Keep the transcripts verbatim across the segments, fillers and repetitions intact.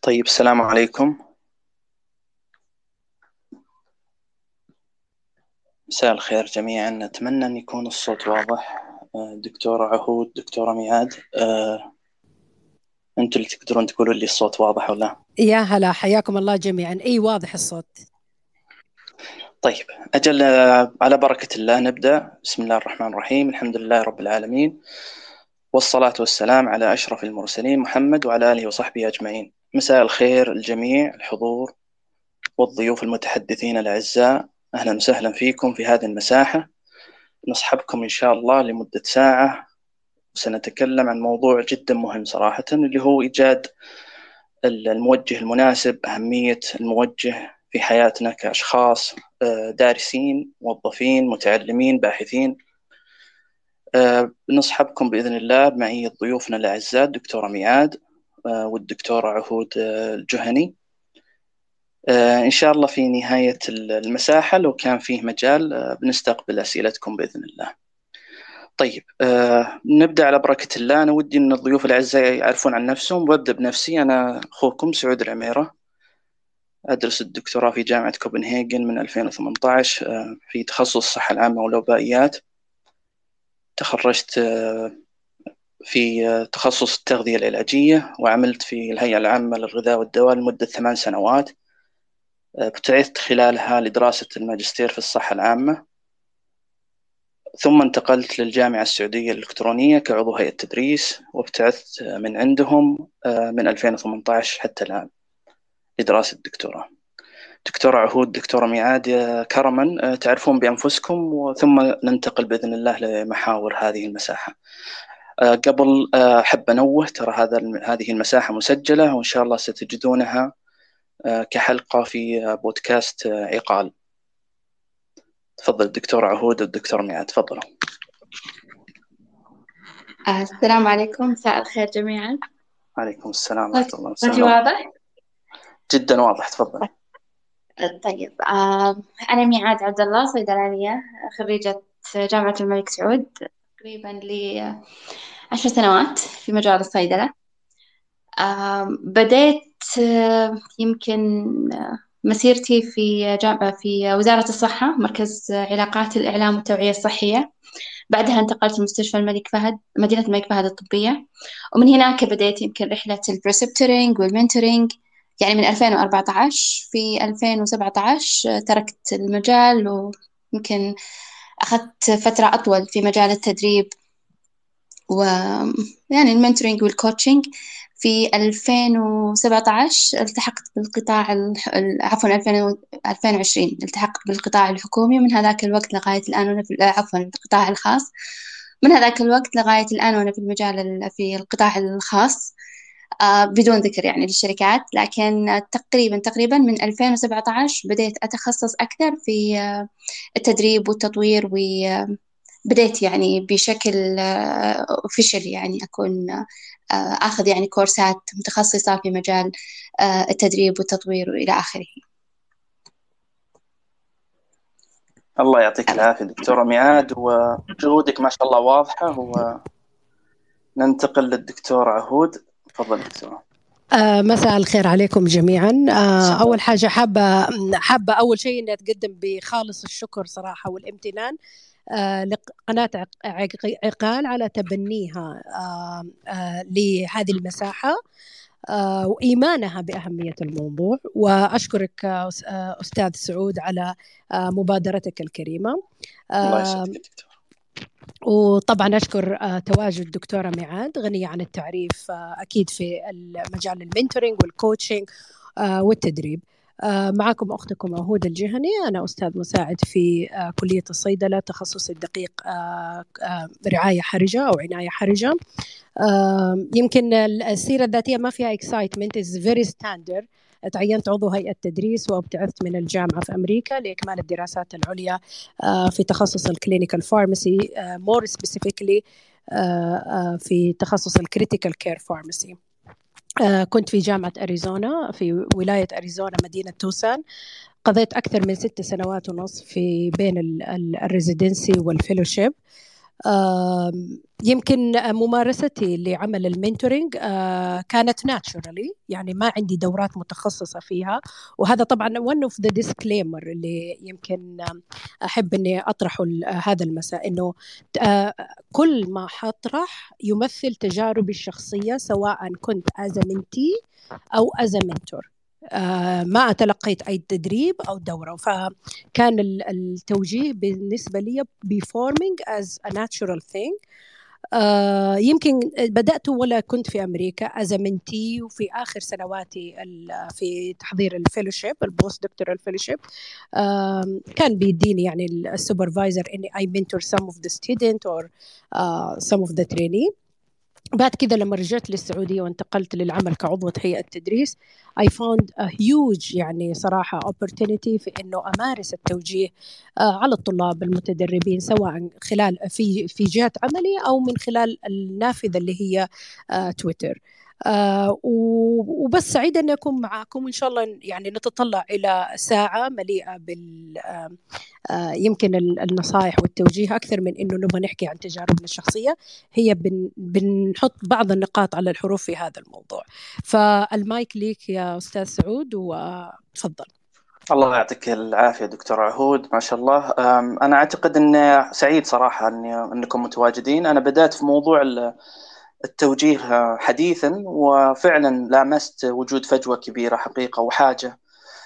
طيب، السلام عليكم. مساء الخير جميعا. أتمنى أن يكون الصوت واضح. آه، دكتورة عهود، دكتورة ميعاد، آه، أنتوا اللي تقدرون تقولوا لي الصوت واضح ولا لا؟ يا هلا، حياكم الله جميعا. اي واضح الصوت. طيب أجل، آه، على بركة الله نبدأ. بسم الله الرحمن الرحيم. الحمد لله رب العالمين، والصلاة والسلام على أشرف المرسلين محمد وعلى آله وصحبه أجمعين. مساء الخير الجميع، الحضور والضيوف المتحدثين الأعزاء، أهلا وسهلا فيكم في هذه المساحة. نصحبكم إن شاء الله لمدة ساعة، وسنتكلم عن موضوع جدا مهم صراحة، اللي هو إيجاد الموجه المناسب، أهمية الموجه في حياتنا كأشخاص آه، دارسين، موظفين، متعلمين، باحثين. آه، نصحبكم بإذن الله معي ضيوفنا الأعزاء الدكتورة ميعاد آه، والدكتورة عهود آه، الجهني. آه، إن شاء الله في نهاية المساحة لو كان فيه مجال آه، بنستقبل أسئلتكم بإذن الله. طيب، آه نبدأ على بركة الله. أنا ودي أن الضيوف الأعزاء يعرفون عن نفسهم، وأبدأ بنفسي. أنا أخوكم سعود العميرة، أدرس الدكتوراه في جامعة كوبنهاجن من ألفين وثمانية عشر آه في تخصص الصحة العامة والوبائيات. تخرجت آه في آه تخصص التغذية العلاجية، وعملت في الهيئة العامة للغذاء والدواء لمدة ثمان سنوات. آه ابتعثت خلالها لدراسة الماجستير في الصحة العامة، ثم انتقلت للجامعة السعودية الإلكترونية كعضو هيئة تدريس، وابتعثت من عندهم من ألفين وثمانية عشر حتى الآن لدراسة الدكتوراه. دكتورة عهود، دكتورة ميعاد، كرما تعرفون بأنفسكم وثم ننتقل بإذن الله لمحاور هذه المساحة. قبل أحب أنوه، ترى هذا هذه المساحة مسجلة، وإن شاء الله ستجدونها كحلقة في بودكاست عقال. تفضل الدكتورة عهود والدكتورة ميعاد، تفضلوا. السلام عليكم، مساء الخير جميعا. عليكم السلام ورحمة الله صوتي وبركاته. واضح؟ جدا واضح، تفضل. طيب، آه أنا ميعاد عبد الله، صيدلانية، خريجة جامعة الملك سعود، تقريبا لي عشر سنوات في مجال الصيدلة. آه بديت آه يمكن آه مسيرتي في جامعة في وزارة الصحة، مركز علاقات الإعلام والتوعية الصحية. بعدها انتقلت لمستشفى الملك فهد، مدينة الملك فهد الطبية، ومن هناك بديت يمكن رحلة البريسبتورينج والمنتورينج. يعني من ألفين وأربعة عشر، في ألفين وسبعة عشر تركت المجال، ويمكن أخذت فترة أطول في مجال التدريب ويعني المنتورينج والكوتشنج. في ألفين وسبعة عشر التحقت بالقطاع الح... عفوا ألفين ألفين وعشرين التحقت بالقطاع الحكومي. من هذاك الوقت لغاية الآن وأنا في عفوا القطاع الخاص. من هذاك الوقت لغاية الآن وأنا في المجال ال- في القطاع الخاص، آه، بدون ذكر يعني للشركات. لكن آه، تقريبا تقريبا من ألفين وسبعة عشر بديت أتخصص أكثر في آه، التدريب والتطوير، وبديت يعني بشكل اوفيشال يعني أكون آه، أخذ يعني كورسات متخصصة في مجال آه، التدريب والتطوير وإلى آخره. الله يعطيك العافية دكتورة ميعاد، وجهودك ما شاء الله واضحة. وننتقل للدكتور عهود، تفضل دكتورة. آه مساء الخير عليكم جميعا. آه أول حاجة حابة حابة أول شيء إني أتقدم بخالص الشكر صراحة والامتنان آه لقناة عق- عق- عقال على تبنيها آه آه لهذه المساحة آه وإيمانها بأهمية الموضوع. وأشكرك آه أس- آه، أستاذ سعود على آه مبادرتك الكريمة. الله آه يسعدك دكتور. وطبعا أشكر آه، تواجد دكتورة ميعاد غنية عن التعريف آه، أكيد في المجال المنتورينج والكوتشنج آه، والتدريب. آه، معكم أختكم عهود الجهني، أنا أستاذ مساعد في آه، كلية الصيدلة، تخصصي الدقيق آه، آه، رعاية حرجة أو عناية حرجة. آه، يمكن السيرة الذاتية ما فيها excitement is very standard. تعينت عضو هيئة تدريس وابتعثت من الجامعة في أمريكا لإكمال الدراسات العليا آه، في تخصص الكلينيكال فارماسي، more specifically آه، آه، في تخصص الكريتيكال كير فارماسي. كنت في جامعة أريزونا في ولاية أريزونا مدينة توسان. قضيت أكثر من ست سنوات ونصف في بين الريزيدنسي والفيلوشيب. يمكن ممارستي لعمل المينتورينج كانت ناتشورالي، يعني ما عندي دورات متخصصة فيها، وهذا طبعا one of the disclaimer اللي يمكن أحب أني أطرحه هذا المساء، أنه كل ما حطرح يمثل تجاربي الشخصية، سواء كنت as a mentee أو as a mentor. آه ما تلقيت أي تدريب أو دورة، فكان التوجيه بالنسبة لي performing as a natural thing. آه يمكن بدأت ولا كنت في أمريكا as a mentee، وفي آخر سنواتي في تحضير الفيلوشيب البوست دكتورال فيلوشيب آه كان بيديني يعني السوبرفايزر إني I mentor some of the student or uh, some of the trainee. بعد كذا لما رجعت للسعودية وانتقلت للعمل كعضوة هيئة تدريس I found a huge يعني صراحة opportunity في إنه أمارس التوجيه على الطلاب المتدربين، سواء خلال في في جهات عملي أو من خلال النافذة اللي هي تويتر. آه وبس سعيدة أن أكون معاكم، وإن شاء الله يعني نتطلع إلى ساعة مليئة بال آه آه يمكن النصائح والتوجيه أكثر من إنه نبغى نحكي عن تجاربنا الشخصية. هي بن بنحط بعض النقاط على الحروف في هذا الموضوع. فالمايك ليك يا أستاذ سعود، وتفضل. الله يعطيك العافية دكتور عهود، ما شاء الله. أنا أعتقد أن سعيد صراحة أني أنكم متواجدين. أنا بدأت في موضوع التوجيه حديثا، وفعلا لامست وجود فجوة كبيرة حقيقة وحاجة،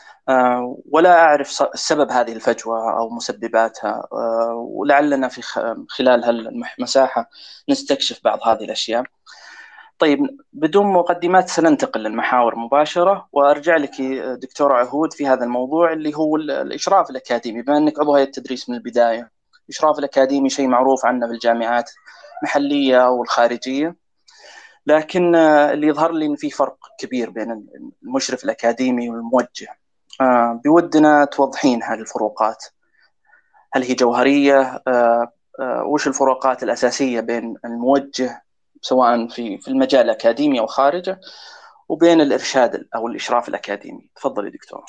ولا أعرف سبب هذه الفجوة أو مسبباتها، ولعلنا في خلال هالمساحة نستكشف بعض هذه الأشياء. طيب بدون مقدمات سننتقل للمحاور مباشرة، وأرجع لك دكتور عهود في هذا الموضوع اللي هو الإشراف الأكاديمي. بما أنك عضو هيئة التدريس من البداية، الإشراف الأكاديمي شيء معروف عنه في الجامعات المحلية والخارجية، لكن اللي يظهر لي إن في فرق كبير بين المشرف الأكاديمي والموجه. بودنا توضحين هذه الفروقات، هل هي جوهرية؟ وش الفروقات الأساسية بين الموجه سواء في في المجال الأكاديمي أو خارجه، وبين الإرشاد أو الإشراف الأكاديمي؟ تفضلي دكتورة.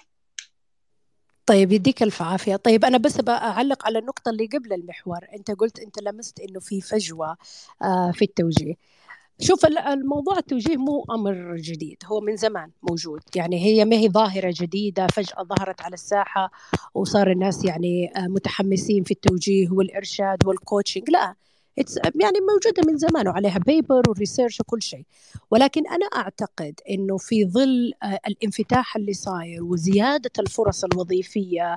طيب يديك الف عافية. طيب أنا بس بأعلق على النقطة اللي قبل المحور. أنت قلت أنت لمست إنه في فجوة في التوجيه. شوف الموضوع التوجيه مو أمر جديد، هو من زمان موجود، يعني هي ما هي ظاهرة جديدة فجأة ظهرت على الساحة وصار الناس يعني متحمسين في التوجيه والإرشاد والكوتشنج. لا، يعني موجودة من زمان وعليها بيبر وريسيرش وكل شيء. ولكن أنا أعتقد أنه في ظل الانفتاح اللي صاير وزيادة الفرص الوظيفية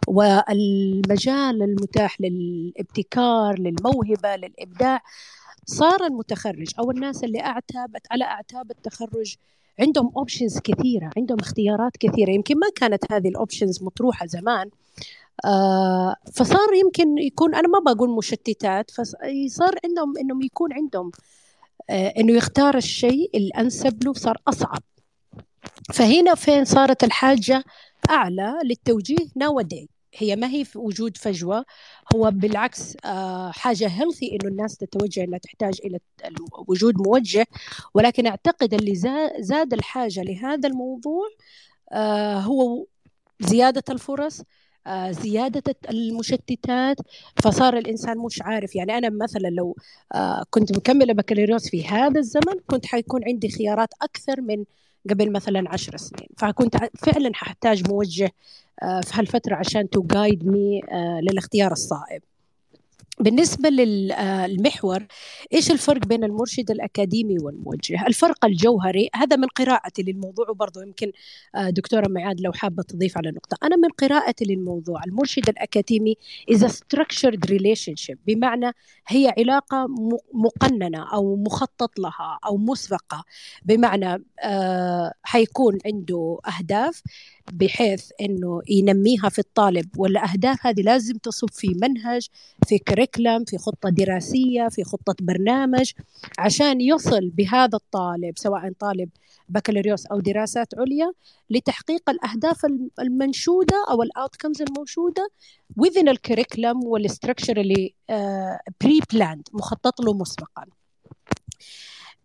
والمجال المتاح للابتكار للموهبة للإبداع، صار المتخرج أو الناس اللي أعتابت على أعتاب التخرج عندهم أوبشنز كثيرة، عندهم اختيارات كثيرة. يمكن ما كانت هذه الأوبشنز مطروحة زمان، آه فصار يمكن يكون، أنا ما بقول مشتتات، فصار عندهم إنهم يكون عندهم آه إنه يختار الشيء الأنسب له صار أصعب. فهنا فين صارت الحاجة أعلى للتوجيه nowadays. هي ما هي في وجود فجوة، هو بالعكس آه حاجة healthy إنه الناس تتوجه إنها تحتاج إلى وجود موجه. ولكن أعتقد اللي زاد الحاجة لهذا الموضوع آه هو زيادة الفرص، آه زيادة المشتتات. فصار الإنسان مش عارف، يعني أنا مثلا لو آه كنت مكملة بكالوريوس في هذا الزمن كنت حيكون عندي خيارات أكثر من قبل مثلا عشر سنين، فكنت فعلا ححتاج موجه آه في هالفترة عشان to guide me آه للاختيار الصائب. بالنسبة للمحور، إيش الفرق بين المرشد الأكاديمي والموجه؟ الفرق الجوهري هذا من قراءتي للموضوع، وبرضه يمكن دكتورة معاد لو حابة تضيف على نقطة. أنا من قراءتي للموضوع، المرشد الأكاديمي is a structured relationship، بمعنى هي علاقة مقننة أو مخطط لها أو مسبقة، بمعنى آه حيكون عنده أهداف بحيث أنه ينميها في الطالب، والأهداف هذه لازم تصب في منهج، في كريكلم، في خطة دراسية، في خطة برنامج، عشان يصل بهذا الطالب سواء طالب بكالوريوس أو دراسات عليا لتحقيق الأهداف المنشودة أو الأوتكمز الموجودة within الكريكلم والستركشر اللي بري بلاند مخطط له مسبقا.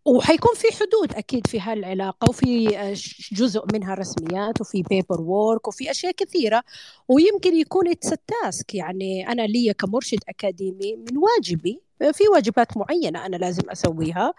وحيكون في حدود أكيد في هالعلاقة، وفي جزء منها رسميات وفي بيبر وورك وفي أشياء كثيرة، ويمكن يكون التاسك. يعني أنا لي كمرشد أكاديمي من واجبي في واجبات معينة أنا لازم أسويها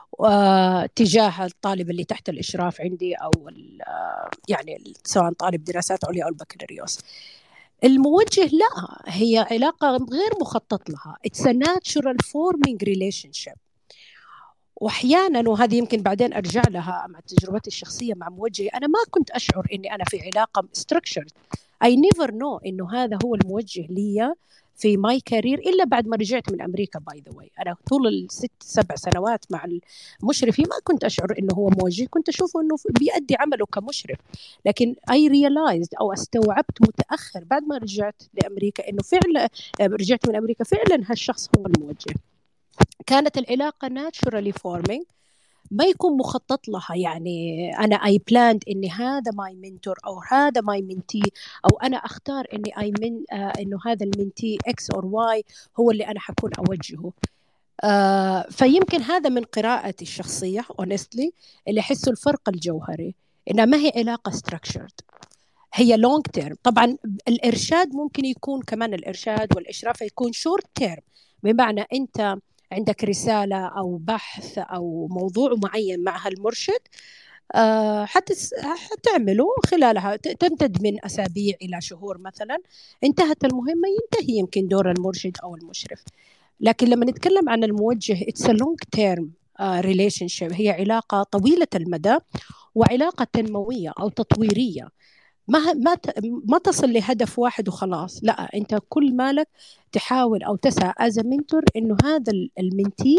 تجاه الطالب اللي تحت الإشراف عندي، أو يعني سواء طالب دراسات عليا أو البكالوريوس. الموجه لا، هي علاقة غير مخطط لها. It's a natural forming relationship. وأحيانا، وهذه يمكن بعدين أرجع لها مع تجربتي الشخصية مع موجهي، أنا ما كنت أشعر إني أنا في علاقة structured. I never know إنه هذا هو الموجه لي في ماي كارير إلا بعد ما رجعت من أمريكا. باي ذا واي، أنا طول الست سبع سنوات مع المشرفي ما كنت أشعر إنه هو موجه، كنت أشوفه إنه بيأدي عمله كمشرف. لكن I realized أو استوعبت متأخر بعد ما رجعت لأمريكا إنه فعلا رجعت من أمريكا فعلا هالشخص هو الموجه. كانت العلاقة naturally forming، ما يكون مخطط لها. يعني أنا I planned إني هذا my mentor أو هذا my mentee، أو أنا أختار إني I من آه إنه هذا المنتي X or Y هو اللي أنا حكون أوجهه. آه فيمكن هذا من قراءتي الشخصية honestly اللي أحسه الفرق الجوهري، إنها ما هي علاقة structured، هي long term. طبعا الإرشاد ممكن يكون كمان، الإرشاد والإشراف يكون short term، بمعنى أنت عندك رسالة أو بحث أو موضوع معين مع هالمرشد أه حتعمله خلالها، تمتد من أسابيع إلى شهور مثلا، انتهت المهمة ينتهي يمكن دور المرشد أو المشرف. لكن لما نتكلم عن الموجه it's a long term relationship، هي علاقة طويلة المدى وعلاقة تنموية أو تطويرية. ما ما ما تصل لهدف واحد وخلاص، لا، أنت كل مالك تحاول أو تسعى as a mentor إنه هذا المنتي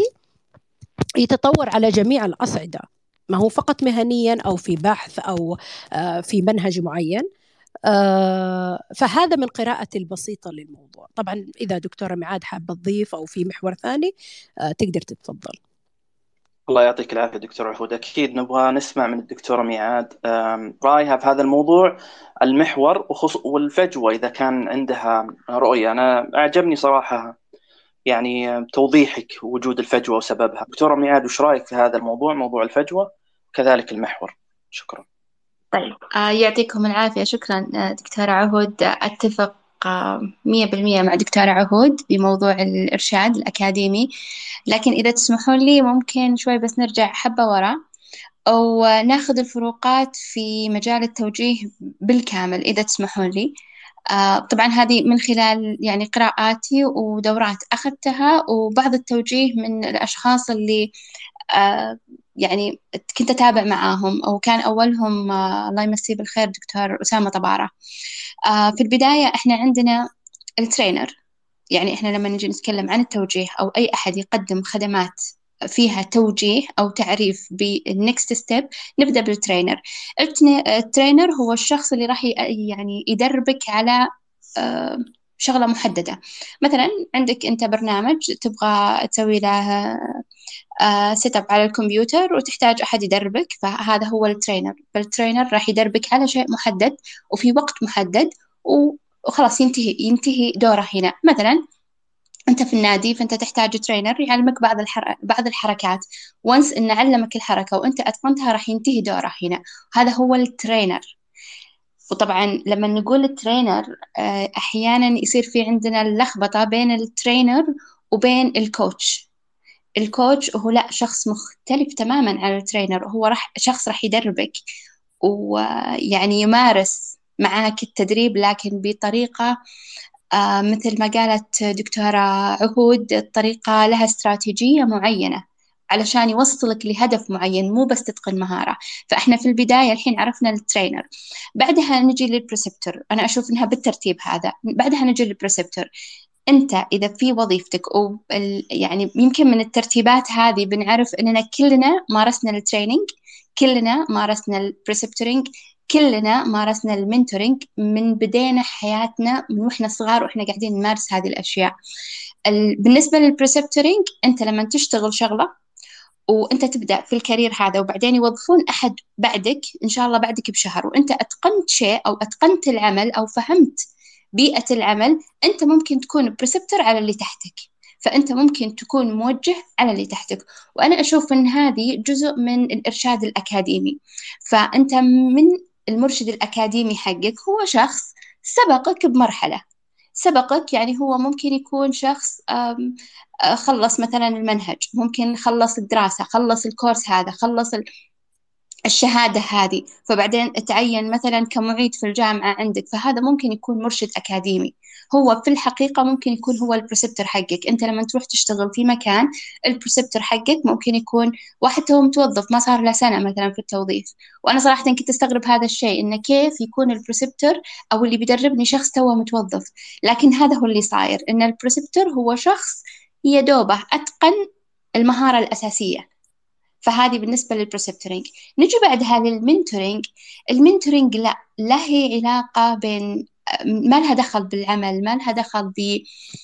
يتطور على جميع الأصعدة، ما هو فقط مهنيا أو في بحث أو في منهج معين. فهذا من قراءتي البسيطة للموضوع. طبعا إذا دكتورة ميعاد حابة تضيف أو في محور ثاني تقدر تتفضل. الله يعطيك العافية دكتور عهود. أكيد نبغى نسمع من الدكتورة ميعاد رأيها في هذا الموضوع، المحور والفجوة إذا كان عندها رؤية. أنا أعجبني صراحة يعني توضيحك وجود الفجوة وسببها. دكتورة ميعاد، وش رأيك في هذا الموضوع، موضوع الفجوة وكذلك المحور؟ شكرا. طيب آه يعطيكم العافية. شكرا آه دكتورة عهود. أتفق مية بالمية مع دكتورة عهود بموضوع الإرشاد الأكاديمي، لكن إذا تسمحوا لي ممكن شوي بس نرجع حبة ورا أو ناخذ الفروقات في مجال التوجيه بالكامل إذا تسمحوا لي. آه طبعا هذه من خلال يعني قراءاتي ودورات أخذتها وبعض التوجيه من الأشخاص اللي آه يعني كنت أتابع معاهم، أو كان أولهم آه الله يمسيه بالخير دكتور أسامة طبارة. آه في البداية إحنا عندنا الترينر، يعني إحنا لما نجي نتكلم عن التوجيه أو أي أحد يقدم خدمات فيها توجيه أو تعريف بالنكست ستيب نبدأ بالترينر. الترينر هو الشخص اللي راح يعني يدربك على آه شغلة محددة. مثلا عندك أنت برنامج تبغى تسوي له سيت اب على الكمبيوتر وتحتاج أحد يدربك، فهذا هو الترينر. فالترينر راح يدربك على شيء محدد وفي وقت محدد وخلاص ينتهي ينتهي دوره هنا. مثلا أنت في النادي فأنت تحتاج ترينر يعلمك بعض الحر... بعض الحركات، وانس إن علمك الحركة وأنت أتقنتها راح ينتهي دوره هنا. هذا هو الترينر. وطبعا لما نقول الترينر أحيانا يصير في عندنا اللخبطة بين الترينر وبين الكوتش. الكوتش هو لا، شخص مختلف تماما عن الترينر، هو راح شخص راح يدربك ويعني يمارس معاك التدريب لكن بطريقة آه مثل ما قالت دكتورة عهود، الطريقة لها استراتيجية معينة علشان يوصلك لهدف معين، مو بس تتقن مهارة. فإحنا في البداية الحين عرفنا الترينر، بعدها نجي للبريسبتور. أنا أشوف إنها بالترتيب هذا. بعدها نجي للبريسبتور. أنت إذا في وظيفتك أو يعني يمكن من الترتيبات هذه بنعرف إننا كلنا مارسنا التريننج، كلنا مارسنا البريسبتورينج، كلنا مارسنا المنتورينج من بدينا حياتنا من وإحنا صغار وإحنا قاعدين نمارس هذه الأشياء. بالنسبة للبريسبتورينج، أنت لما تشتغل شغلة وأنت تبدأ في الكارير هذا وبعدين يوظفون أحد بعدك إن شاء الله بعدك بشهر وأنت أتقنت شيء أو أتقنت العمل أو فهمت بيئة العمل، أنت ممكن تكون بريسبتور على اللي تحتك. فأنت ممكن تكون موجه على اللي تحتك. وأنا أشوف أن هذه جزء من الإرشاد الأكاديمي. فأنت من المرشد الأكاديمي حقك هو شخص سبقك بمرحلة، سبقك يعني هو ممكن يكون شخص خلص مثلا المنهج، ممكن خلص الدراسة، خلص الكورس هذا، خلص الشهادة هذه، فبعدين تعين مثلا كمعيد في الجامعة عندك، فهذا ممكن يكون مرشد أكاديمي. هو في الحقيقة ممكن يكون هو البريسبتر حقك. أنت لما تروح تشتغل في مكان، البريسبتر حقك ممكن يكون واحد هو متوظف ما صار له سنة مثلا في التوظيف. وأنا صراحة كنت أستغرب هذا الشيء، إنه كيف يكون البريسبتر أو اللي بيدربني شخص توه متوظف. لكن هذا هو اللي صاير، إن البريسبتر هو شخص يدوبه أتقن المهارة الأساسية. فهذه بالنسبة للبريسبتورينج. نجي بعدها للمنتورينج. المنتورينج لا لا هي علاقة بين، ما لها دخل بالعمل، ما لها دخل ب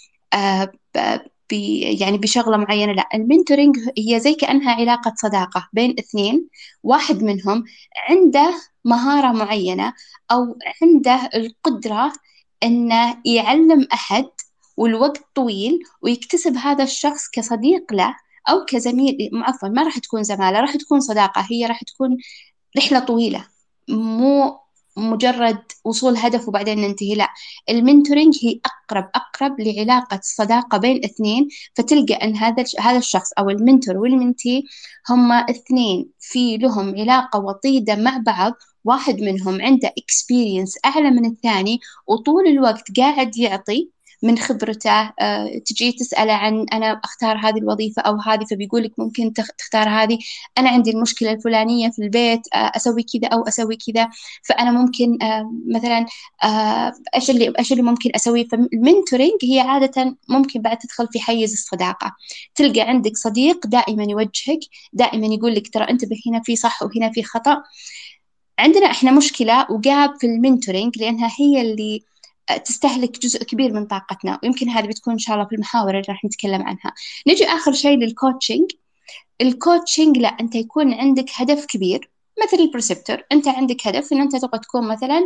ب يعني بشغلة معينة. لا، المنتورينج هي زي كأنها علاقة صداقة بين اثنين، واحد منهم عنده مهارة معينة أو عنده القدرة إنه يعلم أحد والوقت طويل، ويكتسب هذا الشخص كصديق له أو كزميل. عفوا، ما راح تكون زمالة، راح تكون صداقة. هي راح تكون رحلة طويلة، مو مجرد وصول هدف وبعدين ننتهي. لا، المنتورينج هي أقرب أقرب لعلاقة صداقة بين اثنين. فتلقى أن هذا هذا الشخص أو المنتور والمنتي هم اثنين في لهم علاقة وطيدة مع بعض. واحد منهم عنده experience أعلى من الثاني، وطول الوقت قاعد يعطي من خبرته. أه، تجي تسأله عن أنا أختار هذه الوظيفة أو هذه، فبيقول لك ممكن تختار هذه. أنا عندي المشكلة الفلانية في البيت، أه أسوي كذا أو أسوي كذا، فأنا ممكن أه مثلا أه إيش اللي إيش اللي ممكن أسويه. فالمنتورينج هي عادة ممكن بعد تدخل في حيز الصداقة. تلقى عندك صديق دائما يوجهك، دائما يقول لك ترى انتبه هنا في صح وهنا في خطأ. عندنا إحنا مشكلة وقاب في المنتورينج، لأنها هي اللي تستهلك جزء كبير من طاقتنا، ويمكن هذه بتكون إن شاء الله في المحاور اللي راح نتكلم عنها. نجي آخر شيء للكوتشنج. الكوتشنج لا، أنت يكون عندك هدف كبير مثل البريسبتور. أنت عندك هدف إن أنت تبغى تكون مثلا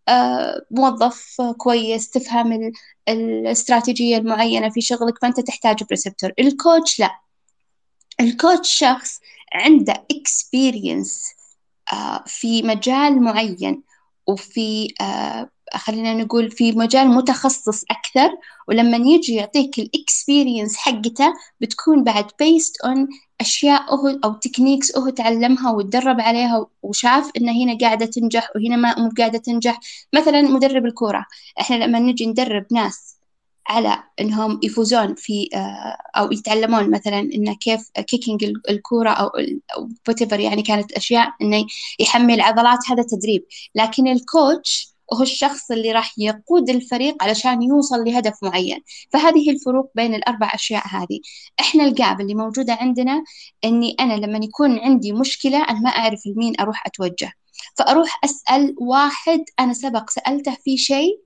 موظف كويس، تفهم الاستراتيجية المعينة في شغلك، فأنت تحتاج بريسبتور. الكوتش لا، الكوتش شخص عنده experience في مجال معين، وفي خلينا نقول في مجال متخصص أكثر. ولما يجي يعطيك الإكسبيرينس حقته بتكون بعد based on أشياء هو أو تكنيكس هو تعلمها وتدرب عليها وشاف إن هنا قاعدة تنجح وهنا ما مو قاعدة تنجح. مثلا مدرب الكورة، إحنا لما نجي ندرب ناس على إنهم يفوزون في أو يتعلمون مثلا إنه كيف كيكينج الكورة أو whatever، يعني كانت أشياء إنه يحمل عضلات، هذا تدريب. لكن الكوتش هو الشخص اللي راح يقود الفريق علشان يوصل لهدف معين. فهذه الفروق بين الأربع أشياء هذه. إحنا الجاب اللي موجودة عندنا إني أنا لما يكون عندي مشكلة أنا ما أعرف لمين أروح أتوجه، فأروح أسأل واحد أنا سبق سألته في شيء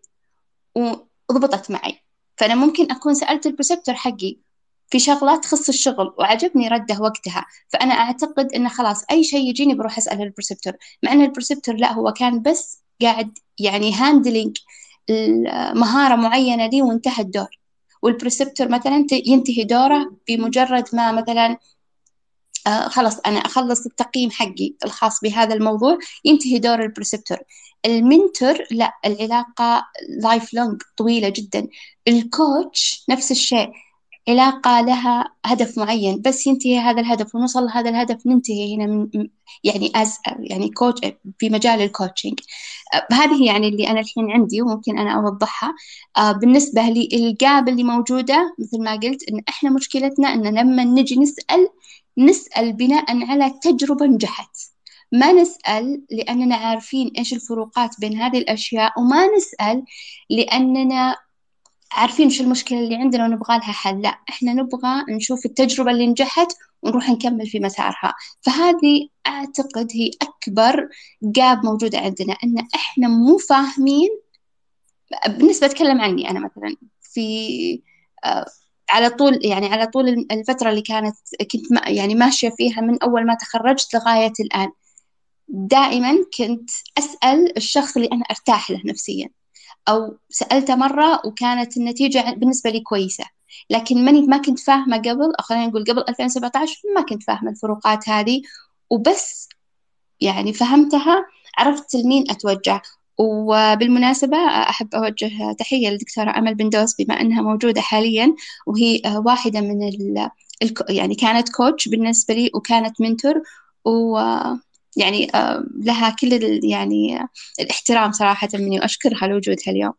وضبطت معي. فأنا ممكن أكون سألت البريسبتور حقي في شغلة تخص الشغل وعجبني رده وقتها، فأنا أعتقد إنه خلاص أي شيء يجيني بروح أسأل البريسبتور. مع أن البريسبتور لا، هو كان بس قاعد يعني هاندلينج مهارة معينة لي وانتهى الدور. والبريسبتور مثلا ينتهي دوره بمجرد ما مثلا آه خلاص أنا أخلص التقييم حقي الخاص بهذا الموضوع، ينتهي دور البريسبتور. المنتور لا، العلاقة لايف لونج طويلة جدا. الكوتش نفس الشيء، علاقة لها هدف معين، بس ينتهي هذا الهدف ونوصل لهذا الهدف ننتهي هنا من يعني أز يعني كوتش في مجال الكوتشنج. هذه يعني اللي أنا الحين عندي وممكن أنا أوضحها. آه بالنسبة لي الجاب اللي موجودة مثل ما قلت إن إحنا مشكلتنا إن لما نجي نسأل نسأل بناء على تجربة نجحت، ما نسأل لأننا عارفين إيش الفروقات بين هذه الأشياء، وما نسأل لأننا عارفين إيش المشكلة اللي عندنا ونبغى لها حل. لا، إحنا نبغى نشوف التجربة اللي نجحت ونروح نكمل في مسارها. فهذه أعتقد هي أكبر جاب موجودة عندنا، إن إحنا مو فاهمين. بالنسبة أتكلم عني أنا مثلا في آه على طول يعني على طول الفترة اللي كانت كنت ما يعني ماشية فيها من أول ما تخرجت لغاية الآن، دائما كنت أسأل الشخص اللي أنا أرتاح له نفسيا، أو سألته مرة وكانت النتيجة بالنسبة لي كويسة، لكن ماني ما كنت فاهمة قبل، أو خلينا نقول قبل ألفين وسبعة عشر ما كنت فاهمة الفروقات هذه، وبس يعني فهمتها عرفت لمين أتوجه. وبالمناسبة أحب أوجه تحية للدكتورة أمل بندوس بما أنها موجودة حاليا، وهي واحدة من ال يعني كانت كوتش بالنسبة لي وكانت منتور، ويعني لها كل ال يعني الاحترام صراحة مني، وأشكرها لوجودها اليوم.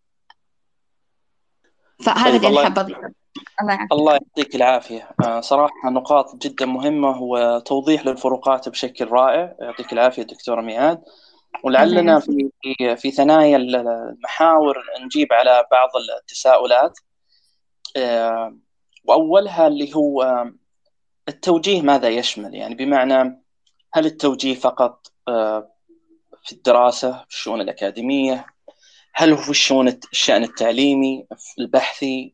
فهذا طيب اللي الله أحب أضيفه. الله يعافيك. الله يعطيك العافية. آه، صراحة نقاط جدا مهمة وتوضيح للفروقات بشكل رائع. يعطيك العافية دكتورة ميعاد. الله ولعلنا يعافيك. في في في ثنايا المحاور نجيب على بعض التساؤلات. آه، وأولها اللي هو آه، التوجيه ماذا يشمل؟ يعني بمعنى هل التوجيه فقط آه، في الدراسة في الشؤون الأكاديمية؟ هل هو في الشؤون الشأن التعليمي في البحثي،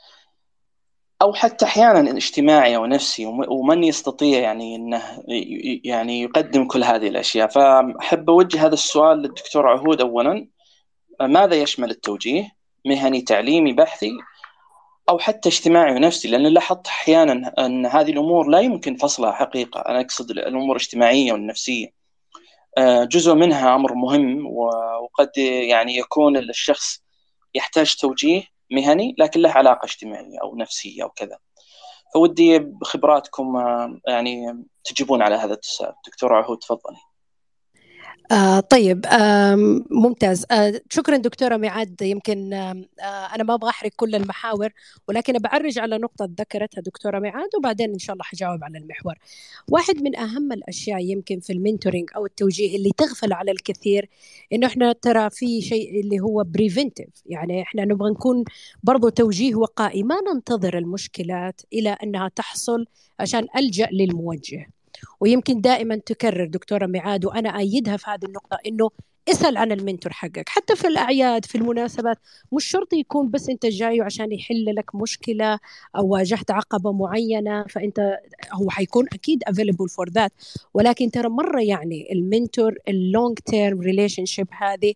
أو حتى أحيانا اجتماعي أو نفسي؟ ومن يستطيع يعني أنه يعني يقدم كل هذه الأشياء؟ فأحب أوجه هذا السؤال للدكتور عهود. أولا، ماذا يشمل التوجيه؟ مهني، تعليمي، بحثي، أو حتى اجتماعي ونفسي؟ لأن لاحظت أحيانا أن هذه الأمور لا يمكن فصلها حقيقة. أنا أقصد الأمور الاجتماعية والنفسية، جزء منها أمر مهم، وقد يعني يكون الشخص يحتاج توجيه مهني لكن له علاقة اجتماعية أو نفسية أو كذا. فودي بخبراتكم يعني تجيبون على هذا التساؤل. دكتور عهود تفضلي. آه طيب آه ممتاز. آه شكرا دكتورة ميعاد. يمكن آه أنا ما أبغى أحرق كل المحاور، ولكن بعرج على نقطة ذكرتها دكتورة ميعاد، وبعدين إن شاء الله حجاوب على المحور. واحد من أهم الأشياء يمكن في المنتورينج أو التوجيه اللي تغفل على الكثير، إنه إحنا ترى في شيء اللي هو بريفنتيف. يعني إحنا نبغى نكون برضو توجيه وقائي، ما ننتظر المشكلات إلى أنها تحصل عشان ألجأ للموجه. ويمكن دائما تكرر دكتورة ميعاد، وأنا أيدها في هذه النقطة، إنه اسأل عن المنتور حقك حتى في الأعياد في المناسبات. مش شرط يكون بس أنت جاي عشان يحل لك مشكلة أو واجهت عقبة معينة فأنت هو حيكون أكيد available for that، ولكن ترى مرة يعني المنتور اللونج تيرم ريليشن شيب هذه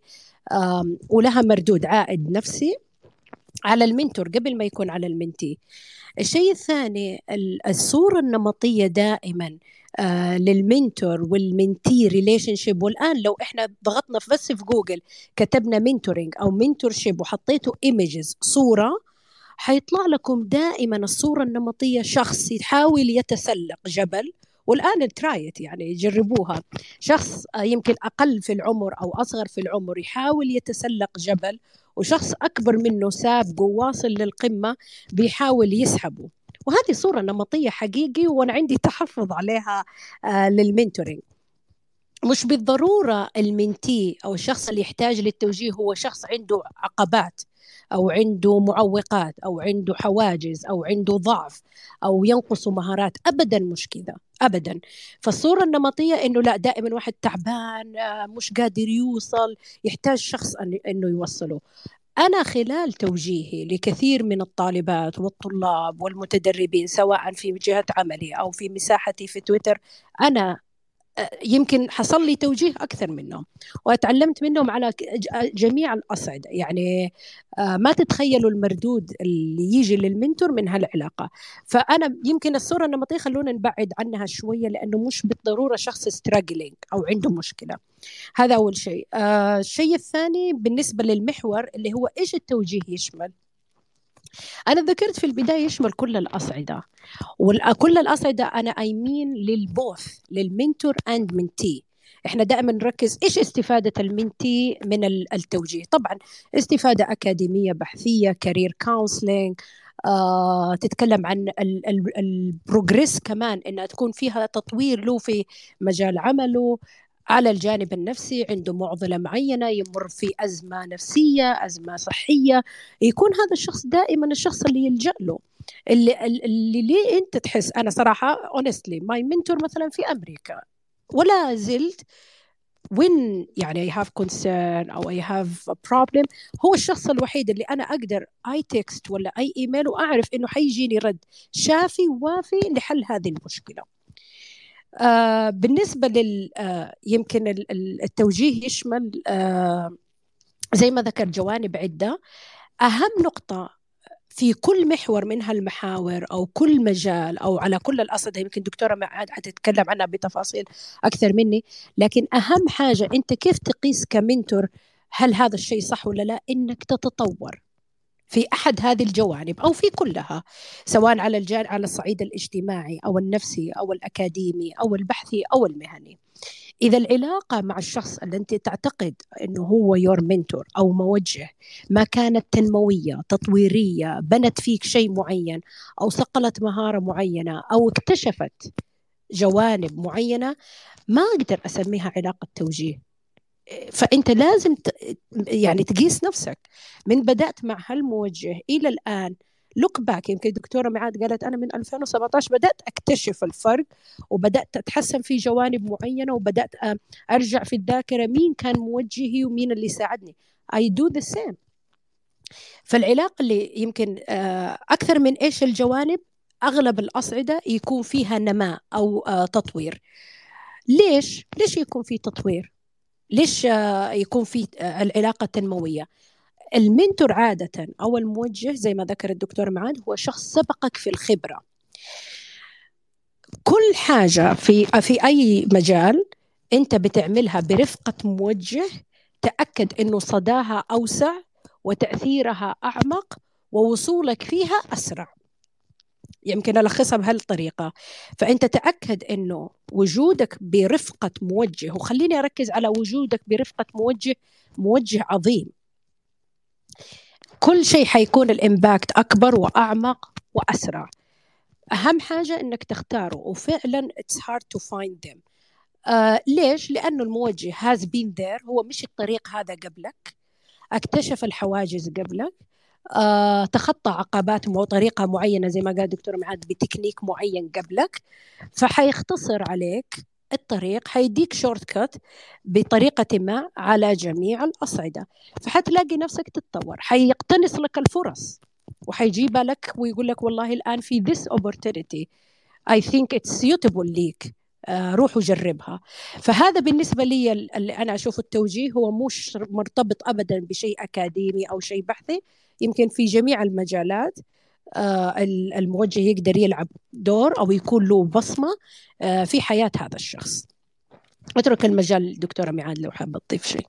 ولها مردود عائد نفسي على المنتور قبل ما يكون على المنتي. الشيء الثاني الصورة النمطية دائما آه للمنتور والمنتي ريليشن شيب. والآن لو إحنا ضغطنا بس في جوجل كتبنا منتورينج أو منتور شيب وحطيتوا إيميجز صورة، حيطلع لكم دائما الصورة النمطية شخص يحاول يتسلق جبل. والآن ترايت يعني جربوها، شخص يمكن أقل في العمر أو أصغر في العمر يحاول يتسلق جبل، وشخص أكبر منه سابقه واصل للقمة بيحاول يسحبه. وهذه صورة نمطية حقيقي، وأنا عندي تحفظ عليها آه للمنتورينج. مش بالضرورة المنتي أو الشخص اللي يحتاج للتوجيه هو شخص عنده عقبات أو عنده معوقات أو عنده حواجز أو عنده ضعف أو ينقص مهارات. أبدا مش كذا أبدا. فالصورة النمطية إنه لا، دائما واحد تعبان مش قادر يوصل يحتاج شخص إنه يوصله. أنا خلال توجيهي لكثير من الطالبات والطلاب والمتدربين سواء في جهة عملي أو في مساحتي في تويتر، أنا يمكن حصل لي توجيه أكثر منهم وأتعلمت منهم على جميع الأصعدة. يعني ما تتخيلوا المردود اللي يجي للمنتور من هالعلاقة. فأنا يمكن الصورة النمطية خلونا نبعد عنها شوية، لأنه مش بالضرورة شخص struggling أو عنده مشكلة. هذا أول شيء. آه الشيء الثاني بالنسبة للمحور اللي هو إيش التوجيه يشمل. أنا ذكرت في البداية يشمل كل الأصعدة، وكل الأصعدة أنا أيمين للبوث للمنتور أند منتي. إحنا دائما نركز إيش استفادة المنتي من التوجيه. طبعا استفادة أكاديمية بحثية، كارير كونسلينج، آه، تتكلم عن البروجريس كمان، إنها تكون فيها تطوير له في مجال عمله. على الجانب النفسي عنده معضلة معينة، يمر في أزمة نفسية، أزمة صحية، يكون هذا الشخص دائما الشخص اللي يلجأ له. اللي اللي ليه أنت تحس. أنا صراحة honestly my mentor مثلا في أمريكا، ولا زلت when يعني I have concern أو I have a problem، هو الشخص الوحيد اللي أنا أقدر I text ولا أي إيميل وأعرف إنه حيجيني رد شافي ووافي لحل هذه المشكلة. آه بالنسبة لل آه يمكن التوجيه يشمل آه زي ما ذكر جوانب عدة. أهم نقطة في كل محور من هالمحاور أو كل مجال أو على كل الأصعدة. يمكن دكتورة معاد حتتكلم عنها بتفاصيل أكثر مني، لكن أهم حاجة أنت كيف تقيس كمنتور هل هذا الشيء صح ولا لا، إنك تتطور في أحد هذه الجوانب أو في كلها، سواء على الجانب على الصعيد الاجتماعي أو النفسي أو الأكاديمي أو البحثي أو المهني. إذا العلاقة مع الشخص اللي أنت تعتقد أنه هو يور منتور أو موجه ما كانت تنموية تطويرية، بنت فيك شيء معين أو صقلت مهارة معينة أو اكتشفت جوانب معينة، ما أقدر أسميها علاقة توجيه. فأنت لازم يعني تقيس نفسك من بدأت مع هالموجه إلى الآن. لوك باك، يمكن دكتورة معاد قالت أنا من ألفين وسبعة عشر بدأت أكتشف الفرق وبدأت أتحسن في جوانب معينة وبدأت أرجع في الذاكرة مين كان موجهي ومين اللي ساعدني. I do the same. فالعلاقة اللي يمكن أكثر من إيش الجوانب، أغلب الأصعدة يكون فيها نماء أو تطوير. ليش؟ ليش يكون في تطوير؟ ليش يكون في العلاقة التنموية؟ المنتور عادة أو الموجه زي ما ذكر الدكتور معاد هو شخص سبقك في الخبرة. كل حاجة في في أي مجال أنت بتعملها برفقة موجه، تأكد أنه صداها أوسع وتأثيرها أعمق ووصولك فيها أسرع. يمكن ألخصها بهالطريقة. فأنت تأكد أنه وجودك برفقة موجه، وخليني أركز على وجودك برفقة موجه، موجه عظيم، كل شيء حيكون الإمباكت أكبر وأعمق وأسرع. أهم حاجة أنك تختاره، وفعلا it's hard to find them. آه ليش؟ لأنه الموجه has been there، هو مش الطريق هذا قبلك، اكتشف الحواجز قبلك، آه، تخطى عقبات وطريقة معينة زي ما قال دكتور معاد بتكنيك معين قبلك، فحيختصر عليك الطريق، حيديك شورت كات بطريقة ما على جميع الأصعدة، فحتلاقي نفسك تتطور، حيقتنص لك الفرص وحيجيب لك ويقول لك والله الآن في this opportunity I think it's suitable ليك، آه، روح وجربها. فهذا بالنسبة لي اللي أنا أشوف التوجيه هو مش مرتبط أبدا بشيء أكاديمي أو شيء بحثي. يمكن في جميع المجالات آه، الموجه يقدر يلعب دور أو يكون له بصمة آه، في حياة هذا الشخص. أترك المجال للدكتورة معاد لو حابة تضيف شيء.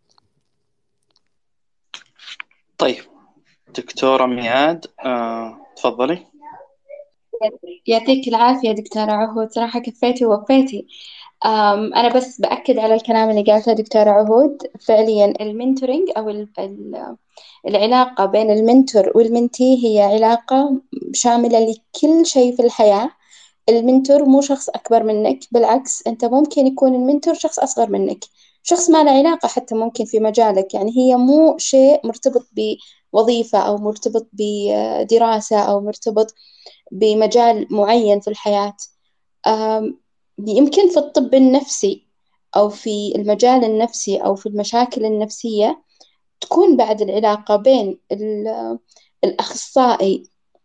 طيب دكتورة معاد آه، تفضلي. يعطيك العافية دكتورة عهود، صراحة كفيتي ووفيتي. أنا بس بأكد على الكلام اللي قالته دكتورة عهود. فعليا المنتورينج أو ال ال العلاقة بين المنتور والمنتي هي علاقة شاملة لكل شيء في الحياة. المنتور مو شخص أكبر منك، بالعكس أنت ممكن يكون المنتور شخص أصغر منك، شخص ما له علاقة حتى ممكن في مجالك. يعني هي مو شيء مرتبط بوظيفة أو مرتبط بدراسة أو مرتبط بمجال معين في الحياة. يمكن في الطب النفسي أو في المجال النفسي أو في المشاكل النفسية تكون بعد العلاقة بين الأخصائي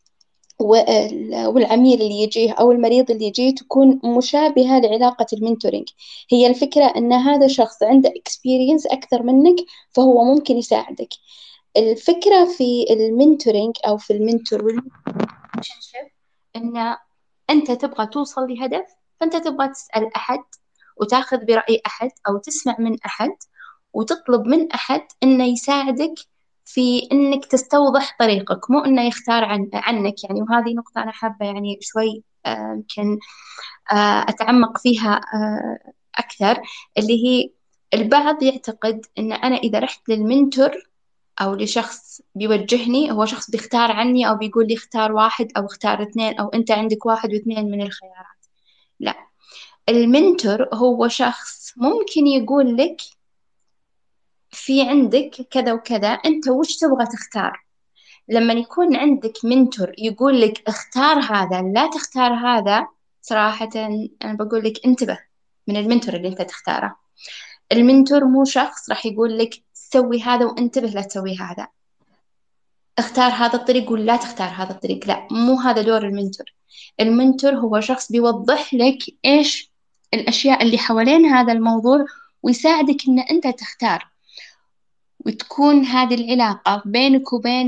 والعميل اللي يجيه أو المريض اللي يجيه تكون مشابهة لعلاقة المنتورينج. هي الفكرة أن هذا شخص عنده experience أكثر منك فهو ممكن يساعدك. الفكرة في المنتورينج أو في المنتور والريليشنشيب أن أنت تبغى توصل لهدف، فأنت تبغى تسأل أحد وتاخذ برأي أحد أو تسمع من أحد وتطلب من أحد إنه يساعدك في إنك تستوضح طريقك، مو إنه يختار عن عنك يعني. وهذه نقطة أنا حابة يعني شوي يمكن آه آه أتعمق فيها آه أكثر، اللي هي البعض يعتقد إن أنا إذا رحت للمنتور أو لشخص بيوجهني هو شخص بيختار عني أو بيقول لي اختار واحد أو اختار اثنين أو أنت عندك واحد واثنين من الخيارات. لا، المنتور هو شخص ممكن يقول لك في عندك كذا وكذا، أنت وش تبغى تختار. لما يكون عندك منتور يقول لك اختار هذا لا تختار هذا، صراحة أنا بقول لك انتبه من المنتور اللي أنت تختاره. المنتور مو شخص راح يقول لك سوي هذا وانتبه لا تسوي هذا، اختار هذا الطريق ولا تختار هذا الطريق. لا، مو هذا دور المنتور. المنتور هو شخص بيوضح لك إيش الأشياء اللي حوالين هذا الموضوع ويساعدك إن أنت تختار، وتكون هذه العلاقة بينك وبينه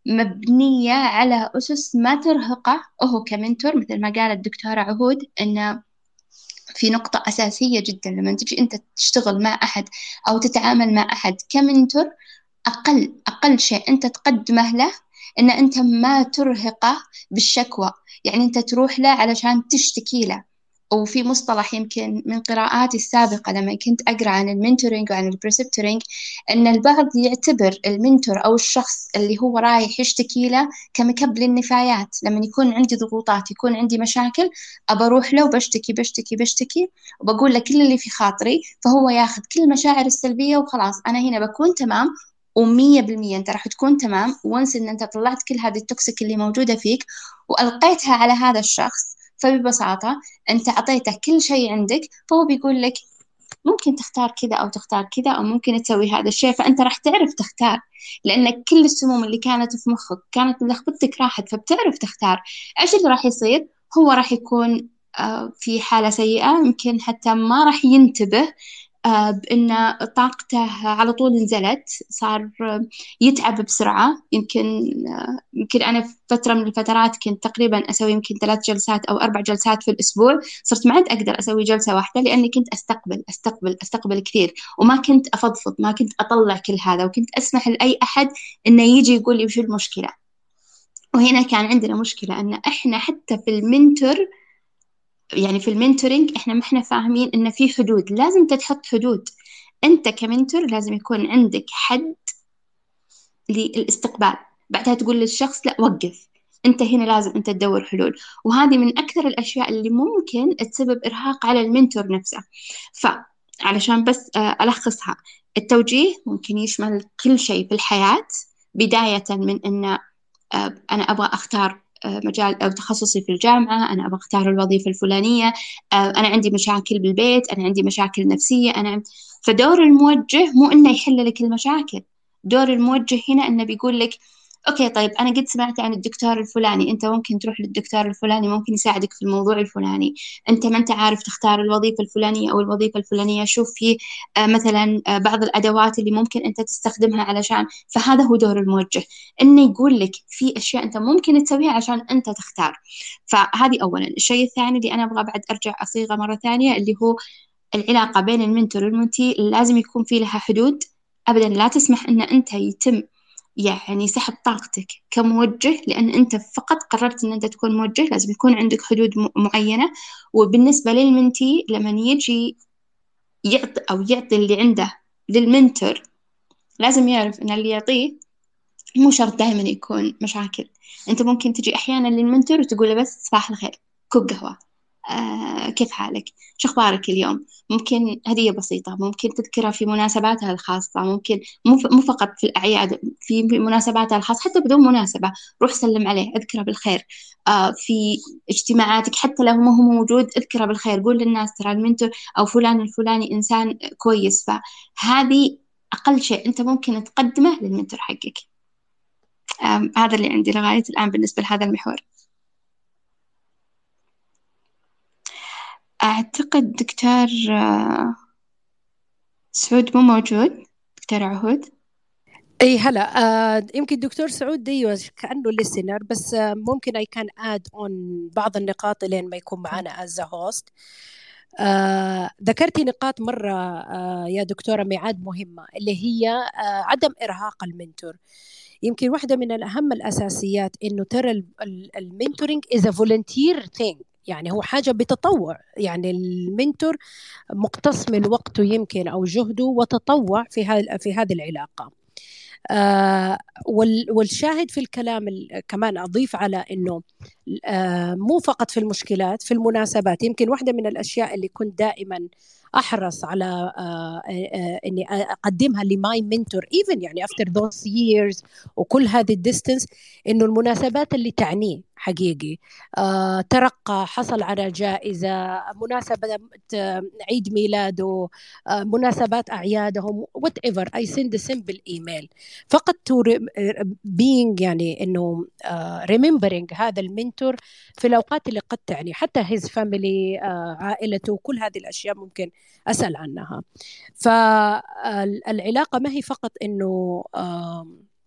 مبنية على أسس ما ترهقه هو كمنتور. مثل ما قالت الدكتورة عهود، إن في نقطة أساسية جدا لما تجي أنت تشتغل مع أحد أو تتعامل مع أحد كمنتور، أقل أقل شيء أنت تقدمه له إن أنت ما ترهقه بالشكوى. يعني أنت تروح له علشان تشتكي له. وفي مصطلح يمكن من قراءاتي السابقة لما كنت أقرأ عن المنتورينج وعن البريسبتورينج، أن البعض يعتبر المنتور أو الشخص اللي هو رايح يشتكي له كمكب للنفايات. لما يكون عندي ضغوطات، يكون عندي مشاكل، أبى أروح له وبشتكي بشتكي بشتكي وبقول له كل اللي في خاطري، فهو ياخذ كل المشاعر السلبية وخلاص أنا هنا بكون تمام. ومية بالمية أنت راح تكون تمام وانس إن أنت طلعت كل هذه التوكسيك اللي موجودة فيك وألقيتها على هذا الشخص. فببساطة أنت أعطيته كل شيء عندك، فهو بيقول لك ممكن تختار كذا أو تختار كذا أو ممكن تسوي هذا الشيء. فأنت راح تعرف تختار، لأن كل السموم اللي كانت في مخك كانت ملخبطتك راحت، فبتعرف تختار. إيش اللي راح يصير؟ هو راح يكون آه، في حالة سيئة، يمكن حتى ما راح ينتبه آه، بأن طاقته على طول نزلت، صار آه، يتعب بسرعة. يمكن آه، يمكن أنا في فترة من الفترات كنت تقريبا أسوي يمكن ثلاث جلسات أو أربع جلسات في الأسبوع، صرت ما عاد أقدر أسوي جلسة واحدة لأني كنت أستقبل أستقبل أستقبل كثير، وما كنت أفضفض، ما كنت أطلع كل هذا، وكنت أسمح لأي أحد إنه يجي يقول لي وش المشكلة. وهنا كان عندنا مشكلة أن إحنا حتى في المنتور، يعني في المنتورينج إحنا ما إحنا فاهمين إن في حدود، لازم تحط حدود. أنت كمنتور لازم يكون عندك حد للاستقبال، بعدها تقول للشخص لا وقف، أنت هنا لازم أنت تدور حلول. وهذه من أكثر الأشياء اللي ممكن تسبب إرهاق على المنتور نفسه. فعلشان بس ألخصها، التوجيه ممكن يشمل كل شيء في الحياة، بداية من أن أنا أبغى أختار مجال أو تخصصي في الجامعة، أنا أبغى أختار الوظيفة الفلانية، أنا عندي مشاكل بالبيت، أنا عندي مشاكل نفسية، أنا. فدور الموجه مو إنه يحل لك المشاكل، دور الموجه هنا إنه بيقول لك أوكي طيب أنا قد سمعت عن الدكتور الفلاني، أنت ممكن تروح للدكتور الفلاني، ممكن يساعدك في الموضوع الفلاني. أنت ما أنت عارف تختار الوظيفة الفلانية أو الوظيفة الفلانية، شوف في آه مثلا آه بعض الأدوات اللي ممكن أنت تستخدمها علشان. فهذا هو دور الموجه، إنه يقول لك في أشياء أنت ممكن تسويها عشان أنت تختار. فهذه أولا. الشيء الثاني اللي أنا أبغى بعد أرجع أصيغه مرة ثانية، اللي هو العلاقة بين المنتور والمنتي لازم يكون في لها حدود. أبدا لا تسمح أن أنت يتم يعني سحب طاقتك كموجه، لأن أنت فقط قررت أن أنت تكون موجه. لازم يكون عندك حدود معينة. وبالنسبة للمنتي لما يجي يعطي أو يعطي اللي عنده للمنتور، لازم يعرف أن اللي يعطيه مو شرط دائما يكون مشاكل. أنت ممكن تجي أحيانا للمنتور وتقول له بس صباح الخير، كوب قهوة، آه كيف حالك، شو أخبارك اليوم. ممكن هدية بسيطة، ممكن تذكرها في مناسباتها الخاصة، ممكن مو مو فقط في الأعياد، في مناسباتها الخاصة حتى بدون مناسبة، روح سلم عليه، اذكره بالخير. آه في اجتماعاتك حتى لو ما هو موجود اذكره بالخير، قول للناس ترى المنتور أو فلان الفلاني إنسان كويس. فهذه أقل شيء أنت ممكن تقدمه للمنتور حقك. هذا اللي عندي لغاية الآن بالنسبة لهذا المحور. أعتقد دكتور سعود مو موجود. دكتور عهود. اي هلا. آه يمكن دكتور سعود ديوز كأنه listener، بس آه ممكن I can add on بعض النقاط لين ما يكون معنا as a host. آه ذكرتي نقاط مرة آه يا دكتورة ميعاد مهمة، اللي هي آه عدم إرهاق المنتور. يمكن واحدة من الأهم الأساسيات إنه ترى المنتورينج is a volunteer thing، يعني هو حاجة بتطوع. يعني المنتور مقتص من وقته يمكن أو جهده وتطوع في هذه في هذه العلاقة. آه والشاهد في الكلام كمان أضيف على أنه آه مو فقط في المشكلات، في المناسبات. يمكن واحدة من الأشياء اللي كنت دائما أحرص على آه آه أني أقدمها لماي منتور even يعني after those years وكل هذه الديستنس، أنه المناسبات اللي تعنيه حقيقي، آه ترقى، حصل على جائزة، مناسبة عيد ميلاده، آه مناسبات أعيادهم whatever، I send a simple email فقط to being يعني إنه uh, remembering هذا المنتور في الأوقات اللي قد تعني، حتى his family uh, عائلته، وكل هذه الأشياء ممكن أسأل عنها. فالعلاقة ما هي فقط إنه uh,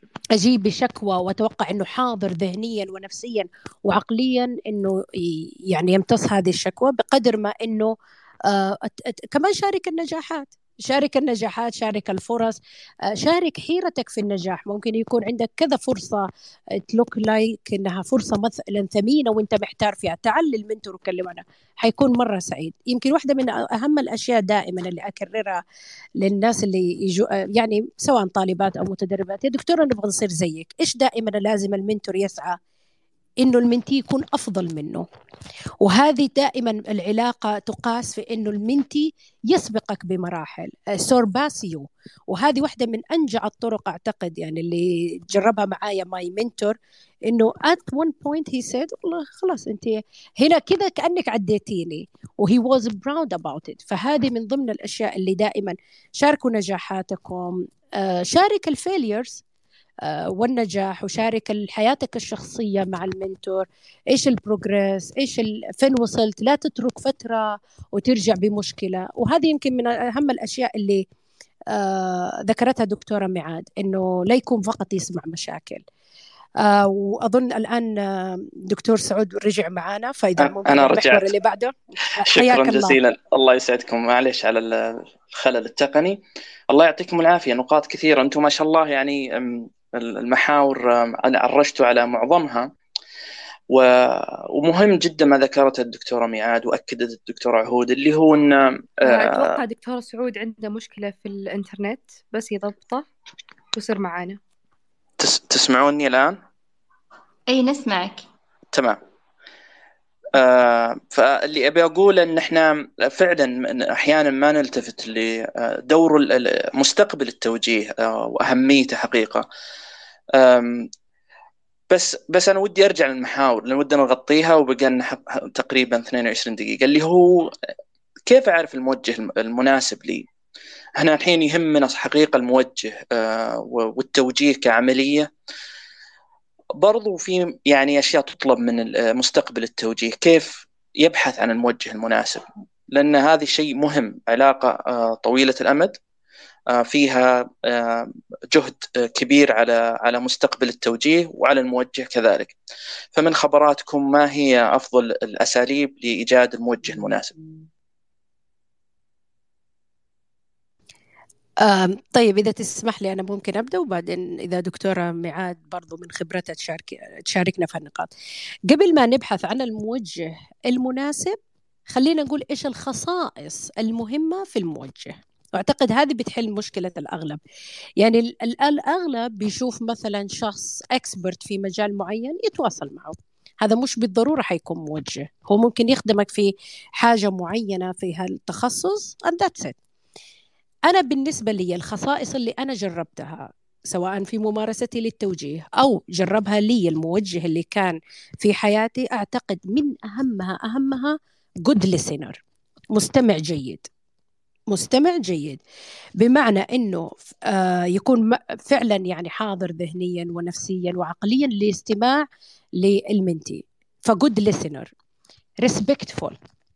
أجي بشكوى وأتوقع أنه حاضر ذهنيا ونفسيا وعقليا أنه يعني يمتص هذه الشكوى، بقدر ما أنه آه كمان شارك النجاحات، شارك النجاحات، شارك الفرص، آه شارك حيرتك في النجاح. ممكن يكون عندك كذا فرصة تلوك لايك إنها فرصة مثلا ثمينة وإنت محتار فيها، تعال المنتور وكلم عنها، حيكون مرة سعيد. يمكن واحدة من أهم الأشياء دائما اللي أكررها للناس اللي يجوا يعني سواء طالبات أو متدربات، يا دكتورة نبغى نصير زيك، إيش دائما لازم المنتور يسعى؟ إنه المنتي يكون أفضل منه. وهذه دائما العلاقة تقاس في إنه المنتي يسبقك بمراحل، سورباسيو. وهذه واحدة من أنجع الطرق أعتقد، يعني اللي جربها معايا ماي منتور، إنه at one point he said والله خلاص أنت هنا كذا كأنك عديتيني، وهي was proud about it. فهذه من ضمن الأشياء اللي دائما شاركوا نجاحاتكم، شارك الفيليرز والنجاح، وشارك حياتك الشخصية مع المنتور، إيش البروجرس، إيش ال... فين وصلت. لا تترك فترة وترجع بمشكلة. وهذه يمكن من أهم الأشياء اللي آه ذكرتها دكتورة ميعاد، إنه لا يكون فقط يسمع مشاكل. آه وأظن الآن دكتور سعود رجع معانا، فإذا ممكن أنا المحور رجعت. اللي بعده. شكرا جزيلا. الله. الله يسعدكم، معلش على الخلل التقني. الله يعطيكم العافية. نقاط كثيرة أنتم ما شاء الله، يعني المحاور أنا عرجت على معظمها، ومهم جدا ما ذكرت الدكتورة ميعاد وأكدت الدكتورة عهود، اللي هو أن أتوقع دكتور سعود عنده مشكلة في الإنترنت، بس يضبطه ويصير معانا. تسمعوني الآن؟ أي نسمعك تمام. آه فاللي أبي أقول أن إحنا فعلا أحيانا ما نلتفت لدور مستقبل التوجيه آه وأهميته حقيقة. بس بس أنا ودي أرجع للمحاور لأن ودنا نغطيها، وبقى تقريبا اثنين وعشرين دقيقة، اللي هو كيف أعرف الموجه المناسب لي. احنا الحين يهمنا حقيقة الموجه آه والتوجيه كعملية. برضو في يعني أشياء تطلب من مستقبل التوجيه، كيف يبحث عن الموجه المناسب، لأن هذا شيء مهم. علاقة طويلة الأمد فيها جهد كبير على على مستقبل التوجيه وعلى الموجه كذلك. فمن خبراتكم ما هي أفضل الأساليب لإيجاد الموجه المناسب؟ طيب إذا تسمح لي أنا ممكن أبدأ، وبعدين إذا دكتورة ميعاد برضو من خبرتها تشارك تشاركنا في النقاط. قبل ما نبحث عن الموجه المناسب، خلينا نقول إيش الخصائص المهمة في الموجه، وأعتقد هذه بتحل مشكلة الأغلب. يعني الأغلب بيشوف مثلا شخص إكسبرت في مجال معين يتواصل معه، هذا مش بالضرورة حيكون موجه، هو ممكن يخدمك في حاجة معينة في هالتخصص and that's it. أنا بالنسبة لي الخصائص اللي أنا جربتها سواء في ممارستي للتوجيه أو جربها لي الموجه اللي كان في حياتي، أعتقد من أهمها أهمها good listener، مستمع جيد. مستمع جيد بمعنى أنه يكون فعلا يعني حاضر ذهنيا ونفسيا وعقليا لاستماع للمنتي. فgood listener، respectful،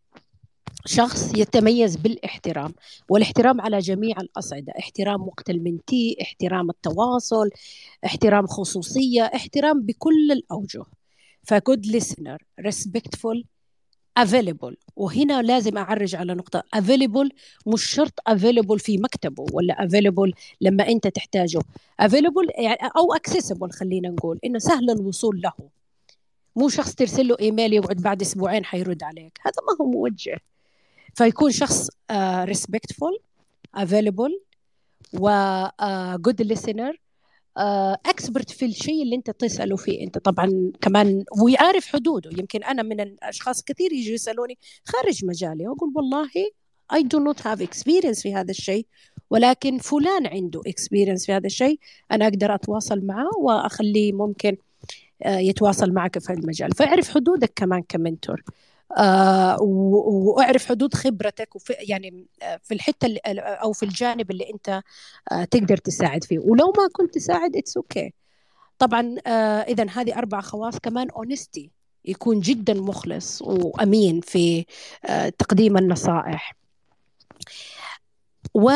شخص يتميز بالاحترام، والاحترام على جميع الأصعدة، احترام وقت المنتي، احترام التواصل، احترام خصوصية، احترام بكل الأوجه. فgood listener، respectful، available. وهنا لازم أعرج على نقطة available، مش شرط available في مكتبه ولا available لما أنت تحتاجه، available يعني أو accessible، خلينا نقول إنه سهل الوصول له، مو شخص ترسل له إيميل يقعد بعد أسبوعين حيرد عليك، هذا ما هو موجه. فيكون شخص uh, respectful، available، و uh, good listener، uh, expert في الشيء اللي أنت تسأله فيه أنت طبعا كمان، ويعرف حدوده. يمكن أنا من الأشخاص كثير يجوا يسألوني خارج مجالي، وأقول والله I do not have experience في هذا الشيء، ولكن فلان عنده experience في هذا الشيء، أنا أقدر أتواصل معه وأخليه ممكن uh, يتواصل معك في المجال. فأعرف حدودك كمان كمنتور، آه وأعرف حدود خبرتك وفي يعني في الحتة اللي أو في الجانب اللي أنت آه تقدر تساعد فيه، ولو ما كنت تساعد it's okay. طبعا آه إذن هذه أربع خواص. كمان honesty، يكون جدا مخلص وأمين في آه تقديم النصائح. و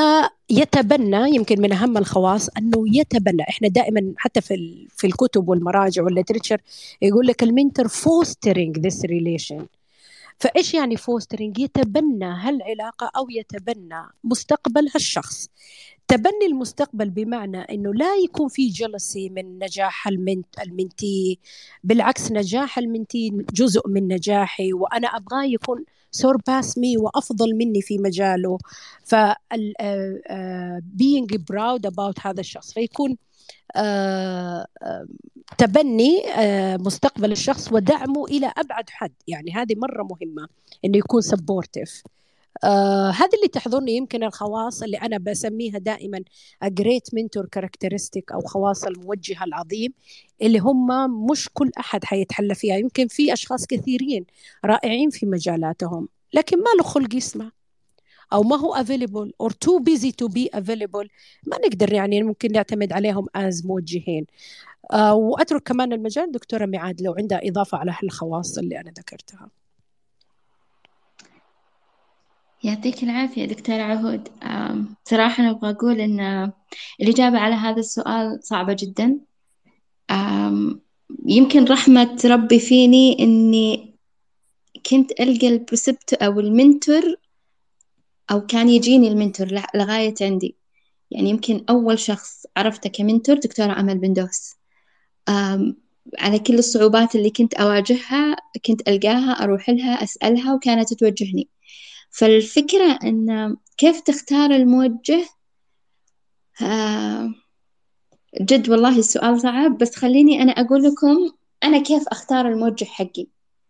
يتبنى، يمكن من أهم الخواص أنه يتبنى. إحنا دائما حتى في في الكتب والمراجع والليترشر يقول لك المنتور fostering this relation. فإيش يعني فوسترينج؟ يتبنى هالعلاقة أو يتبنى مستقبل هالشخص. تبني المستقبل بمعنى أنه لا يكون في جلسي من نجاح المنت المنتي، بالعكس نجاح المنتي جزء من نجاحي وأنا أبغاه يكون surpass me وأفضل مني في مجاله. ف being proud about هذا الشخص، فيكون آه آه تبني آه مستقبل الشخص ودعمه إلى أبعد حد. يعني هذه مرة مهمة إنه يكون supportive. آه هذا اللي تحضرني يمكن الخواص اللي أنا بسميها دائما a great mentor characteristic أو خواص الموجه العظيم، اللي هم مش كل أحد حيتحلى فيها. يمكن في أشخاص كثيرين رائعين في مجالاتهم لكن ما له خلق يسمع أو ما هو available or too busy to be available. ما نقدر يعني ممكن نعتمد عليهم as موجهين. آه وأترك كمان المجال دكتورة ميعاد لو عندها إضافة على هالخواص اللي أنا ذكرتها. يعطيك العافية دكتورة عهود. صراحة أنا أبغى أقول إن الإجابة على هذا السؤال صعبة جدا. يمكن رحمة ربي فيني إني كنت ألقى البرسبت أو المنتور، أو كان يجيني المنتور لغاية عندي. يعني يمكن أول شخص عرفته كمنتور دكتورة أمل بندوس. على كل الصعوبات اللي كنت أواجهها كنت ألقاها، أروح لها أسألها وكانت توجهني. فالفكرة إن كيف تختار الموجه، جد والله السؤال صعب، بس خليني أنا أقول لكم أنا كيف أختار الموجه حقي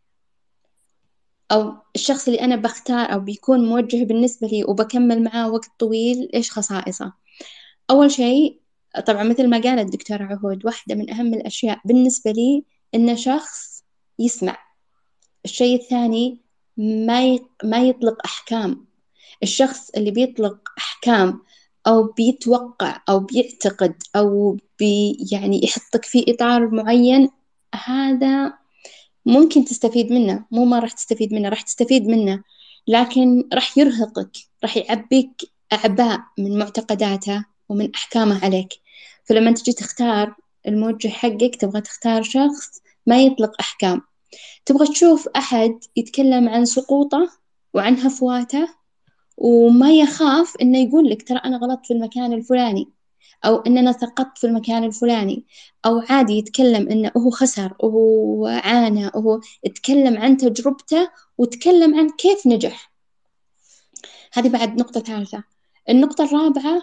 أو الشخص اللي أنا بختار أو بيكون موجه بالنسبة لي وبكمل معاه وقت طويل. إيش خصائصه؟ أول شيء طبعا مثل ما قالت الدكتورة عهود، واحدة من أهم الأشياء بالنسبة لي إنه شخص يسمع. الشيء الثاني ما ما يطلق أحكام. الشخص اللي بيطلق أحكام أو بيتوقع أو بيعتقد أو بي يعني يحطك في إطار معين، هذا ممكن تستفيد منه، مو ما راح تستفيد منه، راح تستفيد منه لكن راح يرهقك، راح يعبيك أعباء من معتقداته ومن أحكامه عليك. فلما تجي تختار الموجه حقك تبغى تختار شخص ما يطلق أحكام. تبغى تشوف أحد يتكلم عن سقوطه وعن هفواته وما يخاف إنه يقول لك ترى أنا غلطت في المكان الفلاني، أو إن أنا سقطت في المكان الفلاني، أو عادي يتكلم إنه هو خسر وهو عانى وهو يتكلم عن تجربته وتكلم عن كيف نجح. هذه بعد نقطة ثالثة. النقطة الرابعة،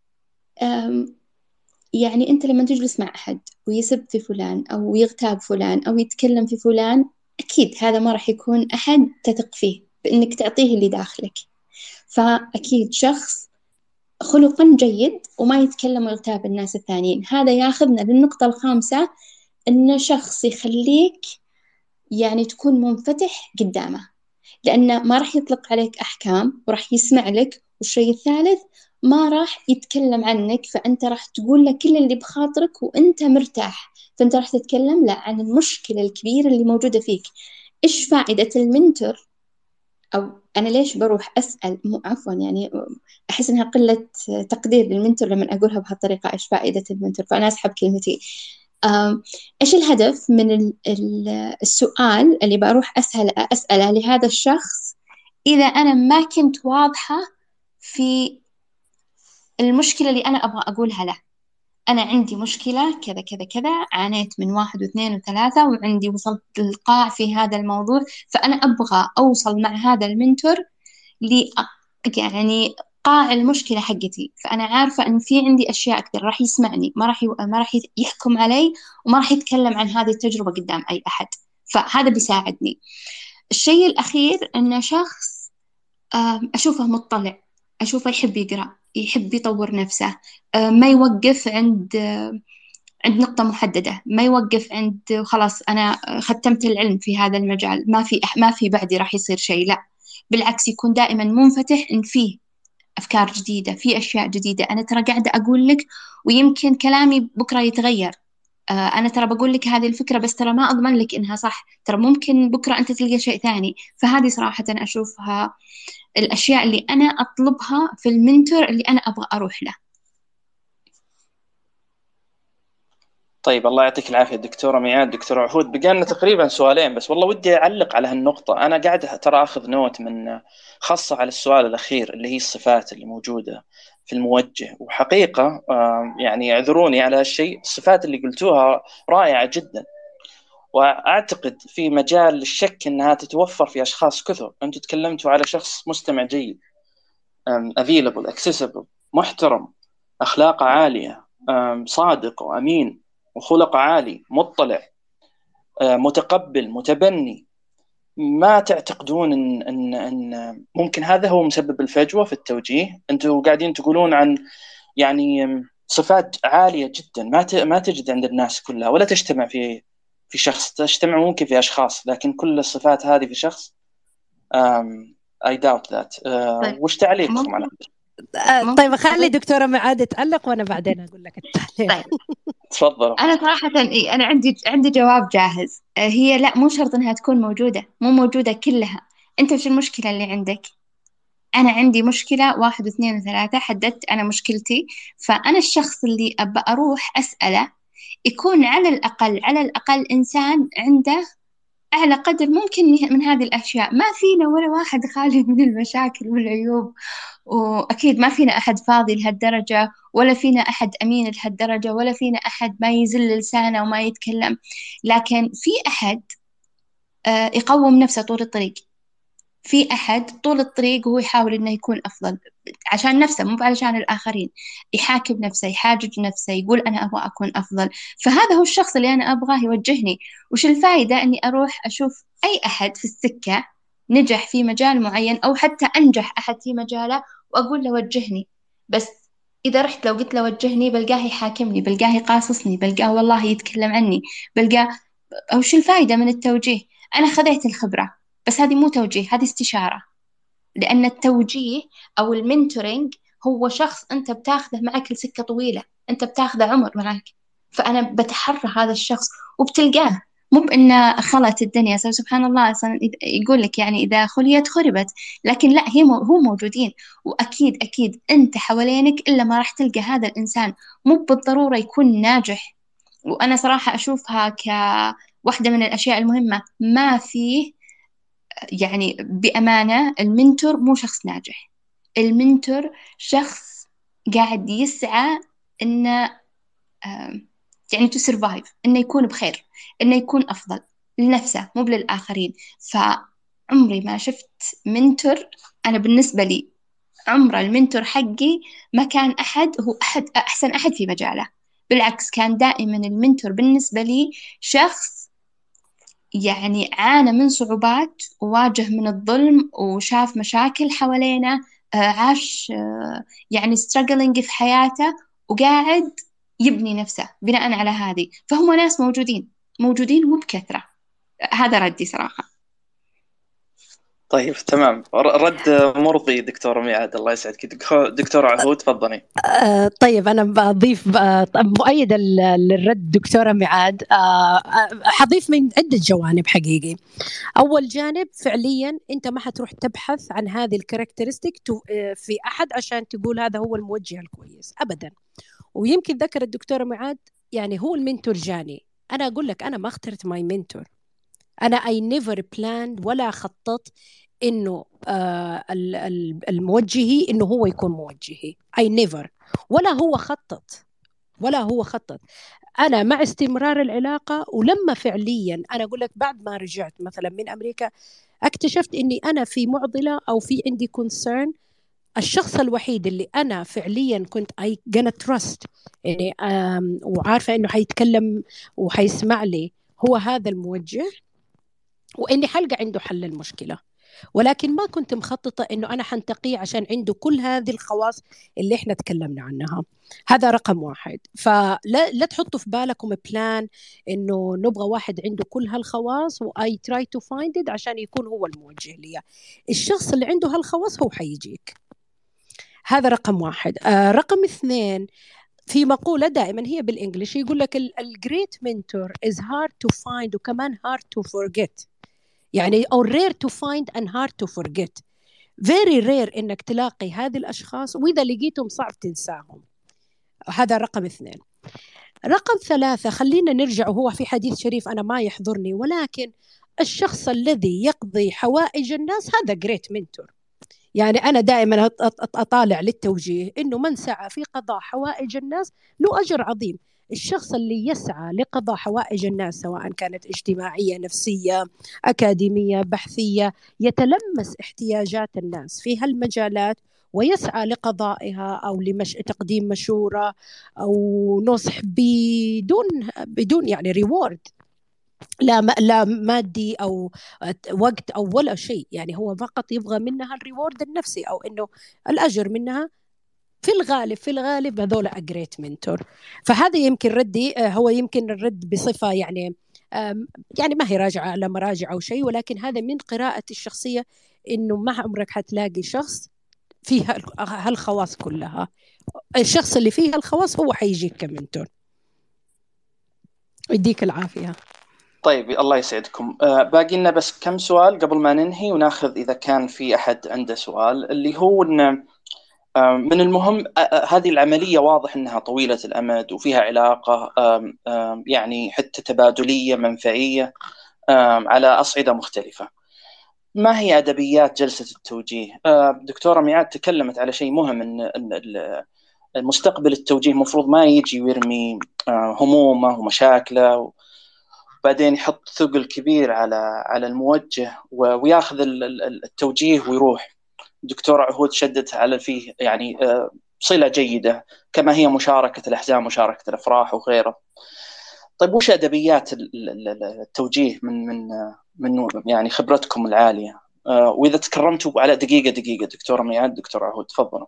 يعني أنت لما تجلس مع أحد ويسب في فلان أو يغتاب فلان أو يتكلم في فلان، أكيد هذا ما راح يكون أحد تثق فيه بإنك تعطيه اللي داخلك. فأكيد شخص خلقا جيد وما يتكلم ويغتاب الناس الثانيين. هذا ياخذنا للنقطة الخامسة، إن شخص يخليك يعني تكون منفتح قدامه، لأنه ما راح يطلق عليك أحكام وراح يسمع لك. والشيء الثالث ما راح يتكلم عنك، فأنت راح تقول له كل اللي بخاطرك وأنت مرتاح. فأنت راح تتكلم لا عن المشكلة الكبيرة اللي موجودة فيك. إيش فائدة المنتور؟ أو أنا ليش بروح أسأل، مو عفوا يعني أحس إنها قلة تقدير للمنتور لما أقولها بهالطريقة. إيش فائدة المنتور؟ فأنا أسحب كلمتي. إيش الهدف من السؤال اللي بروح أسأل أسأله لهذا الشخص إذا أنا ما كنت واضحة في المشكلة اللي أنا أبغى أقولها له؟ أنا عندي مشكلة كذا كذا كذا، عانيت من واحد واثنين وثلاثة وعندي وصلت للقاع في هذا الموضوع، فأنا أبغى أوصل مع هذا المنتور ل يعني قاع المشكلة حقتي. فأنا عارفة أن في عندي أشياء كثير، راح يسمعني، ما راح ما راح يحكم علي وما راح يتكلم عن هذه التجربة قدام أي أحد. فهذا بيساعدني. الشيء الأخير أنه شخص أشوفه مطلع، أشوفه يحب يقرأ، يحب يطور نفسه، ما يوقف عند عند نقطة محددة، ما يوقف عند خلاص أنا ختمت العلم في هذا المجال، ما في ما في بعدي راح يصير شيء. لا، بالعكس يكون دائما منفتح إن فيه أفكار جديدة، في أشياء جديدة. أنا ترى قاعدة أقول لك ويمكن كلامي بكرة يتغير، آه أنا ترى بقول لك هذه الفكرة، بس ترى ما أضمن لك إنها صح، ترى ممكن بكرة أنت تلقى شيء ثاني. فهذه صراحة أشوفها الأشياء اللي أنا أطلبها في المنتور اللي أنا أبغى أروح له. طيب الله يعطيك العافية دكتورة ميعاد. دكتورة عهود، بقالنا تقريبا سؤالين بس، والله ودي أعلق على هالنقطة. أنا قاعد ترى أخذ نوت من خاصة على السؤال الأخير اللي هي الصفات اللي موجودة في الموجه. وحقيقة آه، يعني اعذروني على هالشيء، الصفات اللي قلتوها رائعة جدا، وأعتقد في مجال الشك أنها تتوفر في أشخاص كثر. أنتم تكلمتوا على شخص مستمع جيد، available accessible، محترم، أخلاقه عالية، صادق وأمين وخلق عالي، مطلع، متقبل، متبني. ما تعتقدون إن, إن, إن ممكن هذا هو مسبب الفجوة في التوجيه؟ أنتم قاعدين تقولون عن يعني صفات عالية جدا ما ما تجد عند الناس كلها، ولا تجتمع في في شخص، تجتمع ممكن في أشخاص، لكن كل الصفات هذه في شخص. um, I doubt that. uh, طيب وش تعليقكم على هذا؟ طيب خلي دكتورة معاد تعلق وأنا بعدين أقول لك التعليق. طيب تفضلوا. أنا صراحة إيه أنا عندي عندي جواب جاهز. هي لا، مو شرط إنها تكون موجودة، مو موجودة كلها. أنت وش المشكلة اللي عندك؟ أنا عندي مشكلة واحد واثنين وثلاثة، حددت أنا مشكلتي. فأنا الشخص اللي أبى أروح أسأله يكون على الأقل على الأقل إنسان عنده أعلى قدر ممكن من هذه الأشياء. ما فينا ولا واحد خالي من المشاكل والعيوب، وأكيد ما فينا أحد فاضي لهالدرجة، ولا فينا أحد أمين لهالدرجة، ولا فينا أحد ما يزل لسانه وما يتكلم. لكن في أحد يقوم نفسه طول الطريق، في أحد طول الطريق وهو يحاول إنه يكون أفضل عشان نفسه، مو علشان الآخرين. يحاكم نفسه، يحاجج نفسه، يقول أنا أبغى أكون أفضل. فهذا هو الشخص اللي أنا أبغاه يوجهني. وش الفائدة إني أروح أشوف أي أحد في السكة نجح في مجال معين، أو حتى أنجح أحد في مجاله، وأقول له وجهني؟ بس إذا رحت لو قلت له وجهني بلقاه يحاكمني، بلقاه يقاصصني، بلقاه والله يتكلم عني، بلقاه. أو شو الفائدة من التوجيه؟ أنا خذيت الخبرة، بس هذه مو توجيه، هذه استشارة. لأن التوجيه أو المنتورينج هو شخص أنت بتاخذه معك لسكة طويلة، أنت بتاخذه عمر معك. فأنا بتحرى هذا الشخص وبتلقاه، مو بأن خلت الدنيا. سبحان الله، أصلا يقول لك يعني إذا خليت خربت، لكن لا، هي مو هو موجودين. وأكيد أكيد أنت حوالينك إلا ما راح تلقى هذا الإنسان، مو بالضرورة يكون ناجح. وأنا صراحة أشوفها كواحدة من الأشياء المهمة. ما فيه يعني بأمانة، المنتور مو شخص ناجح، المنتور شخص قاعد يسعى إنه يعني to survive، إنه يكون بخير، إنه يكون أفضل لنفسه مو للآخرين. فعمري ما شفت منتور، أنا بالنسبة لي عمر المنتور حقي ما كان أحد هو أحد أحسن أحد في مجاله. بالعكس، كان دائما المنتور بالنسبة لي شخص يعني عانى من صعوبات، وواجه من الظلم، وشاف مشاكل حوالينا، عاش يعني struggling في حياته، وقاعد يبني نفسه بناء على هذه. فهم ناس موجودين موجودين وبكثرة. هذا ردي صراحة. طيب تمام، رد مرضي دكتورة ميعاد، الله يسعدك. دكتورة عهود تفضلي. آه طيب أنا بضيف مؤيدة للرد دكتورة ميعاد. آه حضيف من عدة جوانب حقيقي. أول جانب، فعليا أنت ما حتروح تبحث عن هذه الكاركترستيك في أحد عشان تقول هذا هو الموجه الكويس أبدا. ويمكن ذكر الدكتورة ميعاد يعني هو المنتور جاني. أنا أقول لك أنا ما اخترت ماي منتور، أنا I never planned ولا خطط إنه آه الموجهي إنه هو يكون موجهي. I never، ولا هو خطط ولا هو خطط. أنا مع استمرار العلاقة، ولما فعليا أنا أقول لك بعد ما رجعت مثلا من أمريكا اكتشفت إني أنا في معضلة أو في عندي concern، الشخص الوحيد اللي أنا فعليا كنت I gonna trust يعني وعارفة إنه حيتكلم وحيسمع لي هو هذا الموجه، وإني حلقة عنده حل المشكلة. ولكن ما كنت مخططة إنه أنا حنتقيه عشان عنده كل هذه الخواص اللي إحنا تكلمنا عنها. هذا رقم واحد. فلا لا تحطوا في بالكم بلان إنه نبغى واحد عنده كل هالخواص و I try to find it عشان يكون هو الموجه لي. الشخص اللي عنده هالخواص هو حيجيك. هذا رقم واحد. آه رقم اثنين، في مقولة دائما هي بالإنجليش يقول لك الجريت mentor is hard to find وكمان hard to forget، يعني أو rare to find and hard to forget. very rare إنك تلاقي هذه الأشخاص، وإذا لقيتهم صعب تنساهم. هذا رقم اثنين. رقم ثلاثة، خلينا نرجع، وهو في حديث شريف أنا ما يحضرني، ولكن الشخص الذي يقضي حوائج الناس هذا جريت منتور. يعني أنا دائما أطالع للتوجيه إنه من سعى في قضاء حوائج الناس له أجر عظيم. الشخص اللي يسعى لقضاء حوائج الناس سواء كانت اجتماعية، نفسية، أكاديمية، بحثية، يتلمس احتياجات الناس في هالمجالات ويسعى لقضائها أو لتقديم مشورة أو نصح بدون بدون يعني ريورد، لا لا مادي أو وقت أو ولا شيء، يعني هو فقط يبغى منها الريورد النفسي أو إنه الأجر منها. في الغالب في الغالب هذول أجريت منتور. فهذا يمكن ردي، هو يمكن الرد بصفة يعني يعني ما هي راجعة على مراجع أو شيء، ولكن هذا من قراءة الشخصية، إنه ما عمرك حتلاقي شخص فيها هالخواص كلها. الشخص اللي فيه الخواص هو حيجيك كمنتور. يديك العافية. طيب الله يسعدكم. آه باقي لنا بس كم سؤال قبل ما ننهي، وناخذ إذا كان في أحد عنده سؤال، اللي هو إن آه من المهم آه هذه العملية واضح أنها طويلة الأمد وفيها علاقة آه آه يعني حتى تبادلية منفعية آه على أصعدة مختلفة. ما هي أدبيات جلسة التوجيه؟ آه دكتورة ميعاد تكلمت على شيء مهم، إن المستقبل التوجيه مفروض ما يجي ويرمي آه همومه ومشاكله بعدين يحط ثقل كبير على على الموجه وياخذ التوجيه ويروح. دكتور عهود شدت على فيه يعني صلة جيدة كما هي مشاركة الأحزان، مشاركة الأفراح وغيره. طيب وش أدبيات التوجيه من من من يعني خبرتكم العالية؟ وإذا تكرمتوا على دقيقة دقيقة دكتورة ميعاد، دكتور عهود تفضلوا.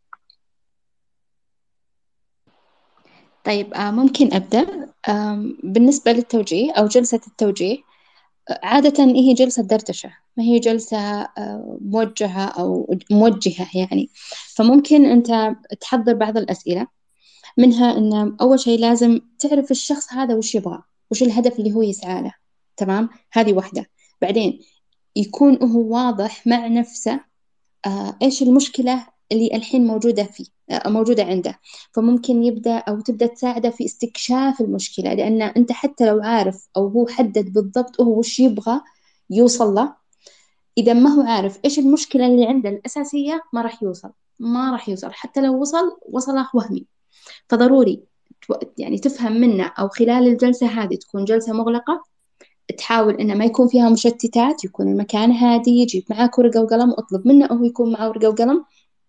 طيب ممكن أبدأ. بالنسبة للتوجيه أو جلسة التوجيه، عادة هي جلسة دردشة، ما هي جلسة موجهة أو موجهة يعني. فممكن أنت تحضر بعض الأسئلة، منها أن أول شيء لازم تعرف الشخص هذا وش يبغى، وش الهدف اللي هو يسعى له. تمام، هذه واحدة. بعدين يكون هو واضح مع نفسه آه إيش المشكلة اللي الحين موجودة فيه آه موجودة عنده. فممكن يبدأ أو تبدأ تساعده في استكشاف المشكلة، لأن أنت حتى لو عارف أو هو حدد بالضبط هو وش يبغى يوصل له، إذا ما هو عارف إيش المشكلة اللي عنده الأساسية ما راح يوصل ما راح يوصل حتى لو وصل وصله وهمي. فضروري يعني تفهم منه، أو خلال الجلسة هذه تكون جلسة مغلقة، تحاول إنه ما يكون فيها مشتتات، يكون المكان هادي، يجيب معاك ورقة وقلم واطلب منه أو يكون معه ورقة وقلم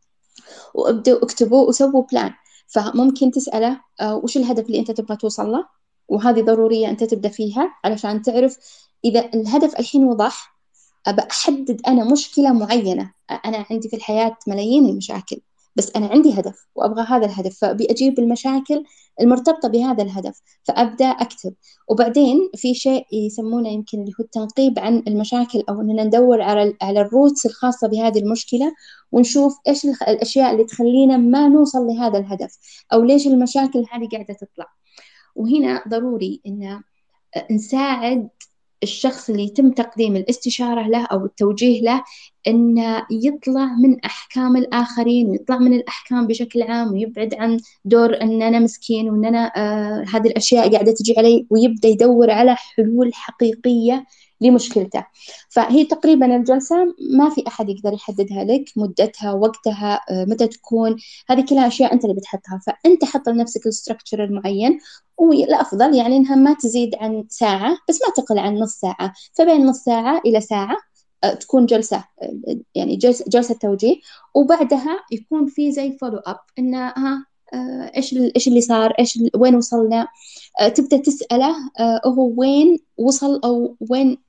وابدأوا اكتبوا وسووا بلان. فممكن تسأله آه وش الهدف اللي أنت تبغى توصل له، وهذه ضرورية أنت تبدأ فيها علشان تعرف إذا الهدف الحين وضح. أبى أحدد أنا مشكلة معينة، أنا عندي في الحياة ملايين المشاكل، بس أنا عندي هدف وأبغى هذا الهدف، فبأجيب المشاكل المرتبطة بهذا الهدف فأبدأ أكتب. وبعدين في شيء يسمونه يمكن اللي هو التنقيب عن المشاكل، أو أننا ندور على على الروتس الخاصة بهذه المشكلة، ونشوف إيش الأشياء اللي تخلينا ما نوصل لهذا الهدف، أو ليش المشاكل هذه قاعدة تطلع. وهنا ضروري إن نساعد الشخص اللي يتم تقديم الاستشارة له أو التوجيه له إنه يطلع من أحكام الآخرين، ويطلع من الأحكام بشكل عام، ويبعد عن دور أن أنا مسكين وأن أنا آه هذه الأشياء قاعدة تجي علي، ويبدأ يدور على حلول حقيقية لمشكلته. فهي تقريبا الجلسة ما في أحد يقدر يحددها لك، مدتها، وقتها، آه متى تكون، هذه كلها أشياء أنت اللي بتحطها. فأنت حط لنفسك الستركتشر المعين، والأفضل يعني إنها ما تزيد عن ساعة، بس ما تقل عن نص ساعة. فبين نص ساعة إلى ساعة تكون جلسة يعني جلسة, جلسة توجيه، وبعدها يكون في زي فولو أب، إنه ها إيش إيش اللي صار، إيش وين وصلنا. تبدأ تسأله هو وين وصل، أو وين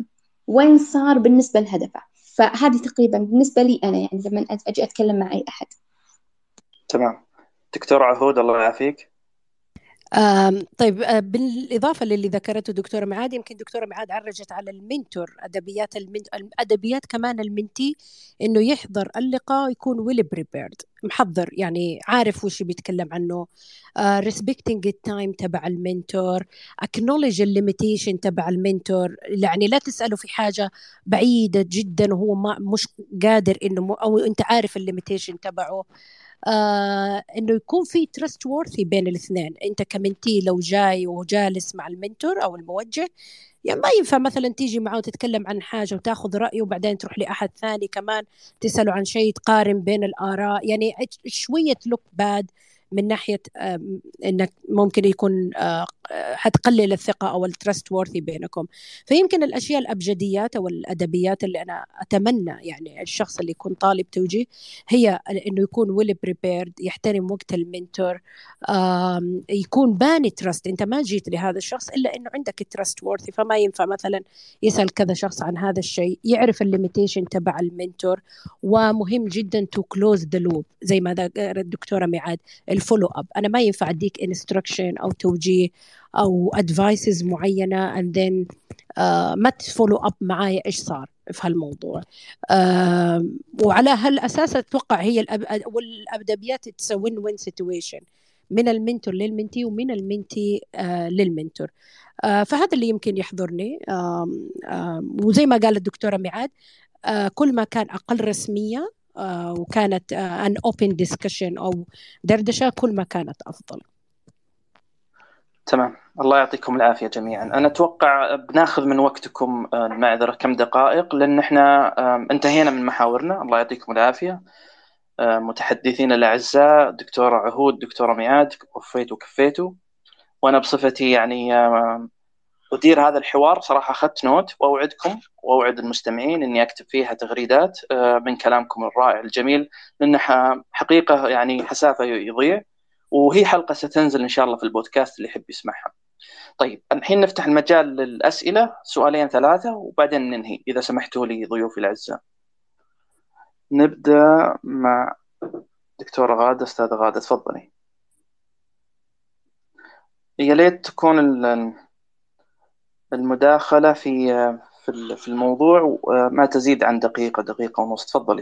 وين صار بالنسبة لهدفه. فهذه تقريبا بالنسبة لي أنا، يعني لما أجي أتكلم مع أي أحد. تمام. دكتور عهود الله يعافيك. آم، طيب، آه، بالإضافة للي ذكرته دكتورة معاد، يمكن دكتورة معاد عرجت على المنتور، أدبيات المنت... أدبيات كمان المنتي، إنه يحضر اللقاء يكون ويل بريبيرد، محضر، يعني عارف وش بيتكلم عنه، ريسبكتنج التايم تبع المنتور، اكنولج الليميتيشن تبع المنتور، يعني لا تسأله في حاجة بعيدة جدا وهو ما مش قادر إنه م... أو أنت عارف الليميتيشن تبعه. آه انه يكون في ترست وورثي بين الاثنين. انت كمنتي لو جاي وجالس مع المنتور او الموجه، يعني ما ينفع مثلا تيجي معه وتتكلم عن حاجه وتاخذ رايه وبعدين تروح لاحد ثاني كمان تساله عن شيء، تقارن بين الاراء، يعني شويه لوك باد من ناحيه آم، انك ممكن يكون آه، آه، حتقلل الثقه او الترست وورثي بينكم. فيمكن الاشياء الابجديات او الادبيات اللي انا اتمنى يعني الشخص اللي يكون طالب توجيه هي انه يكون ويل بريبيرد، يحترم وقت المنتور، آم، يكون باني تراست. انت ما جيت لهذا الشخص الا انه عندك تراست وورثي، فما ينفع مثلا يسال كذا شخص عن هذا الشيء، يعرف الليميتيشن تبع المنتور. ومهم جدا تو كلوز ذا لوب، زي ما ذكرت الدكتوره ميعاد، الفولو اب. انا ما ينفع اديك انستركشن او توجيه او ادفايسز معينه and then آه ما تفولو اب معايا ايش صار في هالموضوع. آه وعلى هالاساس اتوقع هي الأب... والادبيات تسوي وين سيتويشن من المنتور للمنتي ومن المنتي آه للمنتور. آه فهذا اللي يمكن يحضرني. آم آم وزي ما قالت الدكتوره ميعاد، آه كل ما كان اقل رسميه آه وكانت ان اوبن ديسكشن او دردشه، كل ما كانت افضل. تمام، الله يعطيكم العافية جميعا. أنا أتوقع بناخذ من وقتكم آه، المعذرة كم دقائق، لأن إحنا آه، انتهينا من محاورنا. الله يعطيكم العافية آه، متحدثين الأعزاء، دكتورة عهود، دكتورة ميعاد، وفيتوا وكفيتوا. وأنا بصفتي يعني آه، أدير هذا الحوار، صراحة أخذت نوت، وأوعدكم وأوعد المستمعين أني أكتب فيها تغريدات آه، من كلامكم الرائع الجميل، لأن حقيقة يعني حسافة يضيع، وهي حلقة ستنزل إن شاء الله في البودكاست اللي يحب يسمعها. طيب الحين نفتح المجال للأسئلة، سؤالين ثلاثة وبعدين ننهي إذا سمحتوا لي ضيوفي الأعزاء. نبدأ مع دكتورة غادة. أستاذة غادة تفضلي. يا ليت تكون المداخلة في في الموضوع ما تزيد عن دقيقة، دقيقة ونص. تفضلي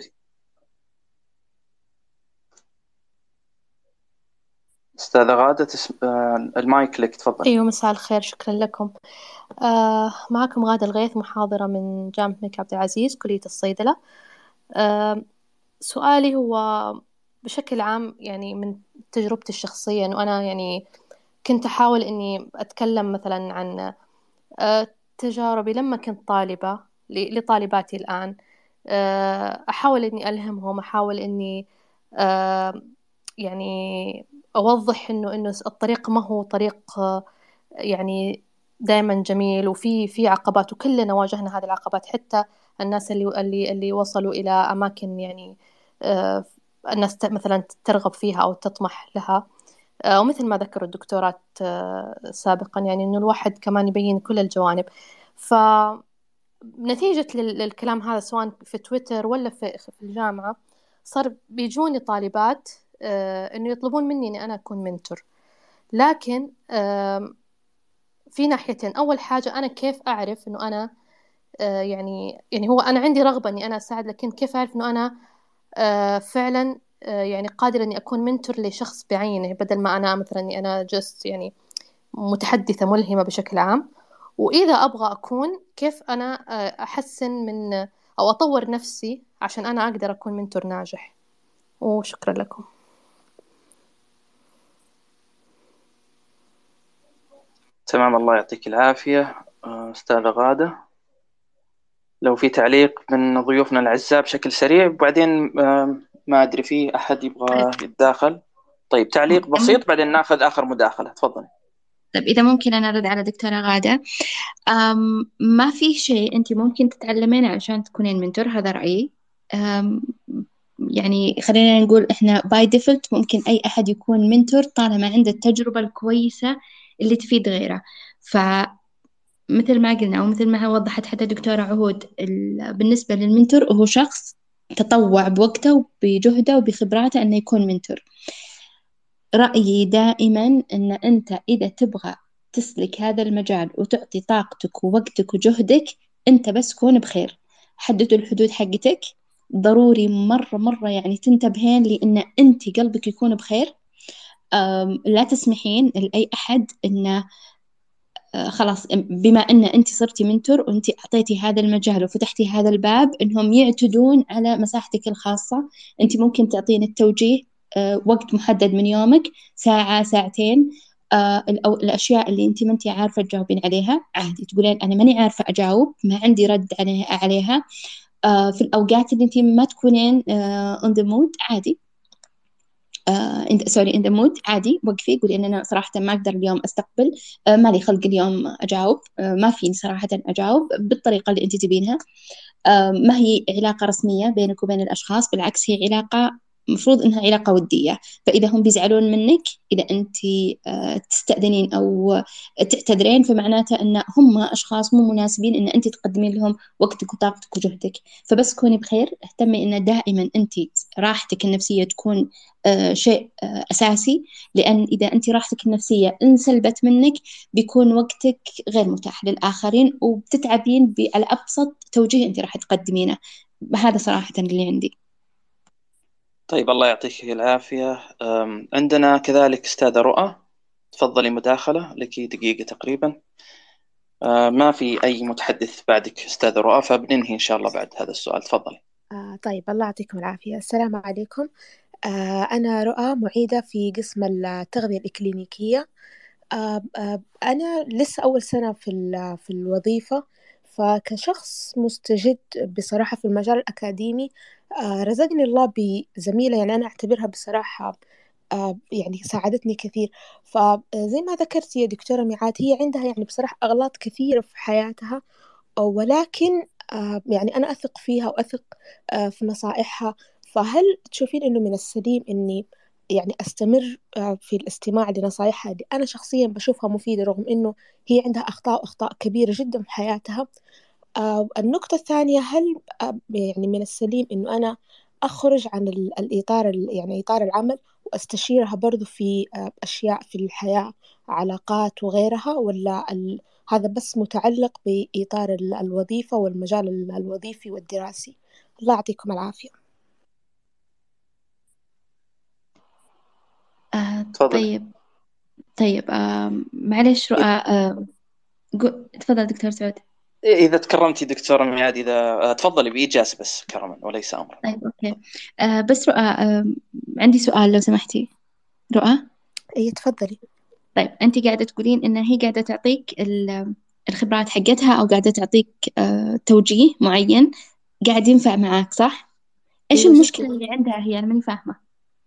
أستاذة غادة، تسم... المايك لك، تفضلي. أيوة، مساء الخير، شكرا لكم. آه معكم غادة الغيث، محاضرة من جامعة الملك عبد العزيز كلية الصيدلة. آه سؤالي هو بشكل عام، يعني من تجربتي الشخصية، أنه أنا يعني كنت أحاول أني أتكلم مثلا عن آه تجاربي لما كنت طالبة لطالباتي الآن. آه أحاول أني ألهمهم، أحاول أني آه يعني أوضح إنه إنه الطريق ما هو طريق يعني دائما جميل، وفي في عقبات، وكلنا واجهنا هذه العقبات، حتى الناس اللي اللي اللي وصلوا إلى أماكن يعني آه الناس مثلا ترغب فيها أو تطمح لها. آه ومثل ما ذكر الدكتورات آه سابقا، يعني إنه الواحد كمان يبين كل الجوانب. فنتيجة للكلام هذا، سواء في تويتر ولا في في الجامعة، صار بيجوني طالبات آه إنه يطلبون مني إني أنا أكون منتور. لكن آه في ناحيتين. أول حاجة، أنا كيف أعرف إنه أنا آه يعني يعني هو أنا عندي رغبة إني أنا أساعد، لكن كيف أعرف إنه أنا آه فعلا آه يعني قادرة إني أكون منتور لشخص بعينه، بدل ما أنا مثلا إني أنا جست يعني متحدثة ملهمة بشكل عام. وإذا أبغى أكون، كيف أنا آه أحسن من أو أطور نفسي عشان أنا أقدر أكون منتور ناجح. وشكرا لكم. تمام، الله يعطيك العافية أستاذة غادة. لو في تعليق من ضيوفنا الأعزاء بشكل سريع، وبعدين ما أدري في أحد يبغى يتداخل. طيب تعليق بسيط، بعدين ناخذ آخر مداخلة. تفضل. طيب إذا ممكن أنا أرد على دكتورة غادة. أم ما في شيء أنت ممكن تتعلمين عشان تكونين منتور، هذا رأيي. أم يعني خلينا نقول إحنا باي ديفولت ممكن أي أحد يكون منتور طالما عنده التجربة الكويسة اللي تفيد غيره. فمثل ما قلنا أو مثل ما وضحت حتى دكتورة عهود، بالنسبة للمنتور هو شخص تطوع بوقته وبجهده وبخبراته أنه يكون منتور. رأيي دائما أن أنت إذا تبغى تسلك هذا المجال وتعطي طاقتك ووقتك وجهدك، أنت بس كون بخير. حدد الحدود حقتك، ضروري مرة مرة يعني تنتبهين لأن أنت قلبك يكون بخير. أم، لا تسمحين لأي أحد أن آه، خلاص بما أن أنت صرتي منتور وأنت أعطيتي هذا المجال وفتحتي هذا الباب إنهم يعتدون على مساحتك الخاصة. أنت ممكن تعطين التوجيه آه، وقت محدد من يومك، ساعة ساعتين. آه، أو الأشياء اللي أنت ما أنت عارفة تجاوبين عليها عادي تقولين أنا ماني عارفة أجاوب، ما عندي رد عليها عليها. آه، في الأوقات اللي أنت ما تكونين آه، on the mood عادي، آه سوري in the mood عادي وقفي قولي إن أنا صراحة ما أقدر اليوم أستقبل، آه مالي خلق اليوم أجاوب، آه ما فيني صراحة أجاوب بالطريقة اللي أنت تبينها. آه ما هي علاقة رسمية بينك وبين الأشخاص، بالعكس هي علاقة مفروض إنها علاقة ودية. فإذا هم بيزعلون منك إذا أنت آه تستأذنين أو تعتذرين فمعناته أن هم أشخاص مو مناسبين إن أنت تقدمين لهم وقتك وطاقتك وجهدك. فبس كوني بخير، اهتمي إن دائما أنت راحتك النفسية تكون آه شيء آه أساسي، لأن إذا أنت راحتك النفسية انسلبت منك بيكون وقتك غير متاح للآخرين وبتتعبين على أبسط توجيه أنت راح تقدمينه. هذا صراحة اللي عندي. طيب الله يعطيك العافية. أم، عندنا كذلك أستاذة رؤى، تفضلي مداخلة لك دقيقة تقريبا. أه، ما في أي متحدث بعدك أستاذة رؤى، فبننهي إن شاء الله بعد هذا السؤال. تفضلي. آه طيب، الله يعطيكم العافية. السلام عليكم. آه أنا رؤى، معيدة في قسم التغذية الإكلينيكية. آه آه أنا لسه أول سنة في ال- في الوظيفة، فكشخص مستجد بصراحة في المجال الأكاديمي آه رزقني الله بزميلة، يعني أنا أعتبرها بصراحة آه يعني ساعدتني كثير. فزي ما ذكرت يا دكتورة ميعاد، هي عندها يعني بصراحة أغلاط كثيرة في حياتها، ولكن آه، يعني أنا أثق فيها وأثق آه، في نصائحها. فهل تشوفين إنه من السليم إني يعني أستمر آه، في الاستماع لنصائحها اللي أنا شخصيا بشوفها مفيدة، رغم إنه هي عندها أخطاء وأخطاء كبيرة جدا في حياتها؟ آه، النقطة الثانية، هل آه، يعني من السليم إنه أنا أخرج عن ال- الإطار ال- يعني إطار العمل وأستشيرها برضو في آه، أشياء في الحياة، علاقات وغيرها، ولا ال... هذا بس متعلق بإطار ال- الوظيفة والمجال ال- الوظيفي والدراسي؟ الله يعطيكم العافية. آه تفضلي. طيب طيب آه معلش رؤى، آه قو- تفضل دكتور سعود. إذا تكرمتي دكتورة ميعاد، إذا أه، تفضلي بإيجاز بس كرما وليس أمرا. طيب أوكي. آه بس رؤى، آه عندي سؤال لو سمحتي. رؤى، أي تفضلي. طيب أنت قاعدة تقولين إن هي قاعدة تعطيك ال- الخبرات حقتها، أو قاعدة تعطيك آه توجيه معين قاعد ينفع معاك، صح؟ إيش أيوة المشكلة جدا. اللي عندها هي؟ أنا ماني فاهمة.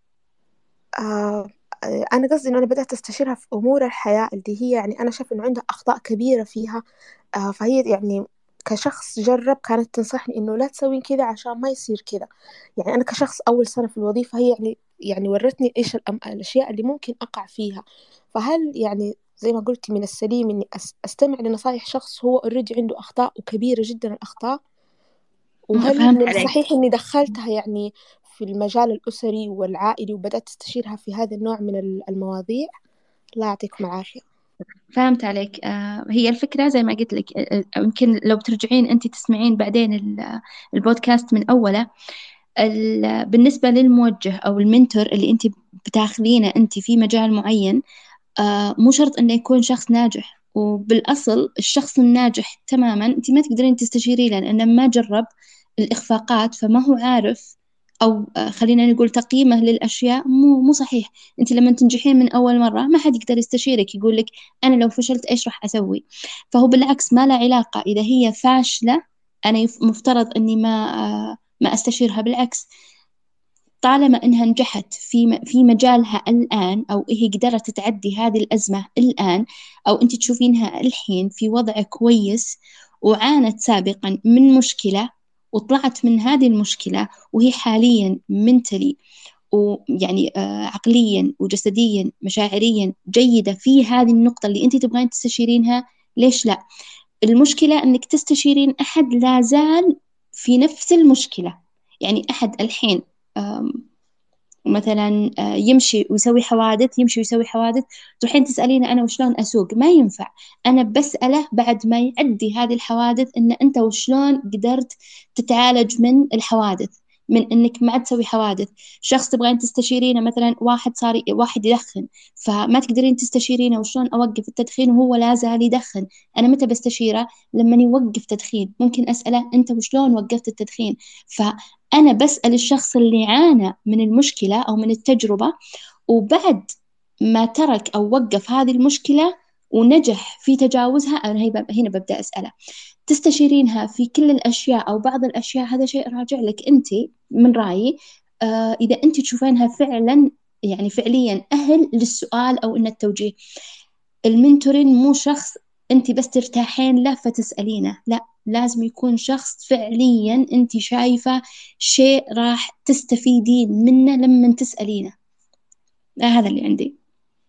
آه آه، أنا قصدي إنه أنا بدأت أستشيرها في أمور الحياة اللي هي يعني أنا شايفة إنه عندها أخطاء كبيرة فيها. آه فهي يعني كشخص جرب كانت تنصحني إنه لا تسوين كذا عشان ما يصير كذا. يعني أنا كشخص أول سنة في الوظيفة، هي يعني يعني ورتني إيش الأم- الأشياء اللي ممكن أقع فيها. فهل يعني زي ما قلتي من السليم إني أس- أستمع لنصايح شخص هو أوريدي عنده أخطاء وكبيرة جدا الأخطاء؟ م- وهل فهمت من عليك. الصحيح إني دخلتها يعني في المجال الأسري والعائلي وبدأت أستشيرها في هذا النوع من ال- المواضيع؟ الله يعطيكم العافية. فهمت عليك. آه، هي الفكرة زي ما قلت لك، آه، آه، يمكن لو بترجعين أنت تسمعين بعدين ال- البودكاست من أوله. ال- بالنسبة للموجه أو المنتور اللي أنت بتاخذينه أنت في مجال معين، آه، مو شرط إنه يكون شخص ناجح. وبالأصل الشخص الناجح تماما أنت ما تقدرين تستشيريه، لأنه ما جرب الإخفاقات، فما هو عارف. أو آه، خلينا نقول تقييمه للأشياء مو مو صحيح. أنت لما تنجحين من أول مرة ما حد يقدر يستشيرك يقول لك أنا لو فشلت إيش راح أسوي. فهو بالعكس ما له علاقة إذا هي فاشلة. أنا يف- مفترض إني ما آه، ما أستشيرها. بالعكس، طالما إنها نجحت في م- في مجالها الآن، أو هي قدرت تعدي هذه الأزمة الآن، أو أنت تشوفينها الحين في وضع كويس، وعانت سابقا من مشكلة وطلعت من هذه المشكلة، وهي حاليا منتلي ويعني آه عقليا وجسديا مشاعريا جيدة في هذه النقطة اللي أنت تبغين تستشيرينها، ليش لا؟ المشكلة أنك تستشيرين أحد لا زال في نفس المشكلة. يعني أحد الحين مثلا يمشي ويسوي حوادث يمشي ويسوي حوادث تروحين تسألينه أنا وشلون أسوق؟ ما ينفع. أنا بسأله بعد ما يعدي هذه الحوادث إن أنت وشلون قدرت تتعالج من الحوادث، من إنك ما تسوي حوادث. شخص تبغين تستشيرينه، مثلا واحد صار واحد يدخن، فما تقدرين تستشيرينه وشلون أوقف التدخين وهو لا زال يدخن. أنا متى بستشيره؟ لما يوقف تدخين. ممكن أسأله أنت وشلون وقفت التدخين؟ فأنا بسأل الشخص اللي عانى من المشكلة أو من التجربة، وبعد ما ترك أو وقف هذه المشكلة ونجح في تجاوزها، أنا هنا ببدأ أسأله تستشيرينها في كل الأشياء أو بعض الأشياء؟ هذا شيء راجع لك أنت. من رأيي آه إذا أنت تشوفينها فعلا يعني فعليا أهل للسؤال أو إن التوجيه. المنتورين مو شخص أنت بس ترتاحين له فتسألينه، لا، لازم يكون شخص فعليا أنت شايفة شيء راح تستفيدين منه لما تسألينه. هذا اللي عندي.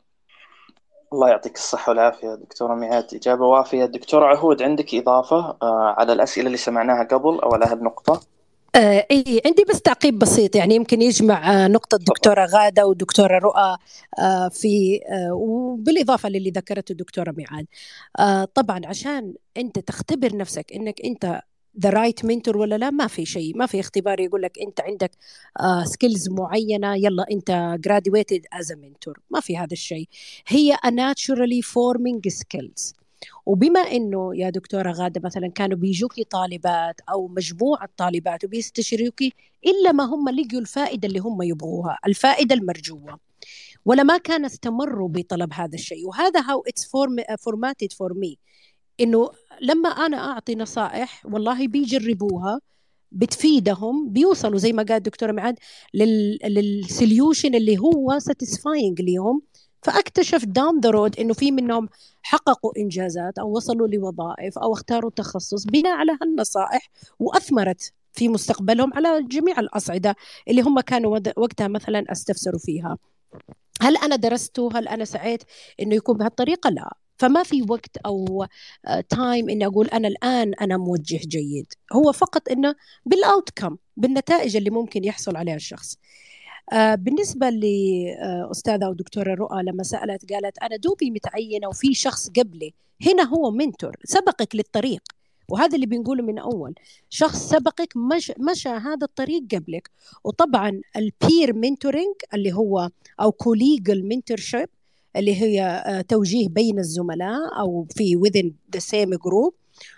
الله يعطيك الصحة والعافية دكتورة ميعاد، إجابة وافية. دكتور عهود، عندك إضافة على الأسئلة اللي سمعناها قبل أو على هالنقطة؟ آه إيه، عندي بس تعقيب بسيط يعني يمكن يجمع آه نقطة دكتورة غادة ودكتورة رؤى آه في آه وبالإضافة للي ذكرته الدكتورة ميعاد. آه طبعا عشان أنت تختبر نفسك إنك أنت the right mentor ولا لا، ما في شيء، ما في اختبار يقول لك أنت عندك آه skills معينة يلا أنت graduated as a mentor. ما في هذا الشيء، هي a naturally forming skills. وبما انه يا دكتوره غاده مثلا كانوا بيجوكي طالبات او مجموعه طالبات وبيستشيروكي الا ما هم لقوا الفائده اللي هم يبغوها، الفائده المرجوه، ولا ما كان استمروا بطلب هذا الشيء. وهذا how it's form, formatted for me، انه لما انا اعطي نصائح والله بيجربوها بتفيدهم، بيوصلوا زي ما قال الدكتوره معاد لل للسوليوشن اللي هو ساتيسفاينج ليهم. فاكتشف داون ذا رود انه في منهم حققوا انجازات او وصلوا لوظائف او اختاروا تخصص بناء على هالنصائح، واثمرت في مستقبلهم على جميع الاصعده اللي هم كانوا وقتها مثلا استفسروا فيها. هل انا درسته؟ هل انا سعيت انه يكون بهالطريقه؟ لا. فما في وقت او تايم اني اقول انا الان انا موجه جيد، هو فقط انه بالاوتكم، بالنتائج اللي ممكن يحصل عليها الشخص. آه بالنسبة لأستاذة أو دكتورة رؤى لما سألت قالت أنا دوبي متعينة وفي شخص قبلي، هنا هو منتور سبقك للطريق، وهذا اللي بنقوله من أول، شخص سبقك مش مشى هذا الطريق قبلك. وطبعا البير منتورينج اللي هو أو كوليجل منتورشيب اللي هي توجيه بين الزملاء أو في within the same group،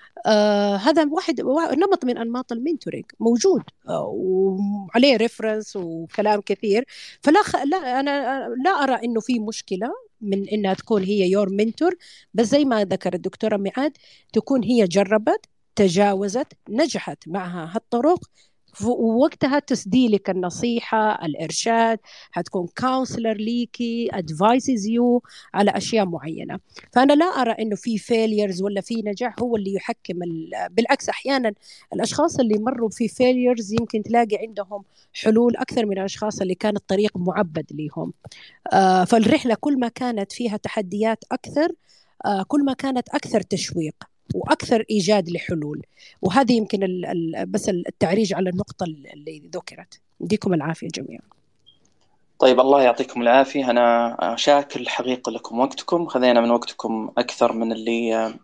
آه هذا واحد نمط من أنماط المنتورينج موجود آه وعليه ريفرنس وكلام كثير. فلا خ... لا أنا لا أرى إنه في مشكلة من إنها تكون هي يور منتور، بس زي ما ذكر الدكتورة ميعاد تكون هي جربت تجاوزت نجحت معها هالطرق، ووقتها تسدي لك النصيحة الإرشاد، هتكون كونسلر ليكي advises you على أشياء معينة. فأنا لا أرى إنه في failures ولا في نجاح هو اللي يحكم. بالعكس أحيانا الأشخاص اللي مروا في failures يمكن تلاقي عندهم حلول أكثر من الأشخاص اللي كان الطريق معبد لهم. آه فالرحلة كل ما كانت فيها تحديات أكثر آه كل ما كانت أكثر تشويق وأكثر إيجاد لحلول. وهذه يمكن ال ال بس التعريج على النقطة اللي ذكرت. يديكم العافية جميعا. طيب الله يعطيكم العافية. أنا شاكر الحقيقة لكم وقتكم، خذينا من وقتكم أكثر من اللي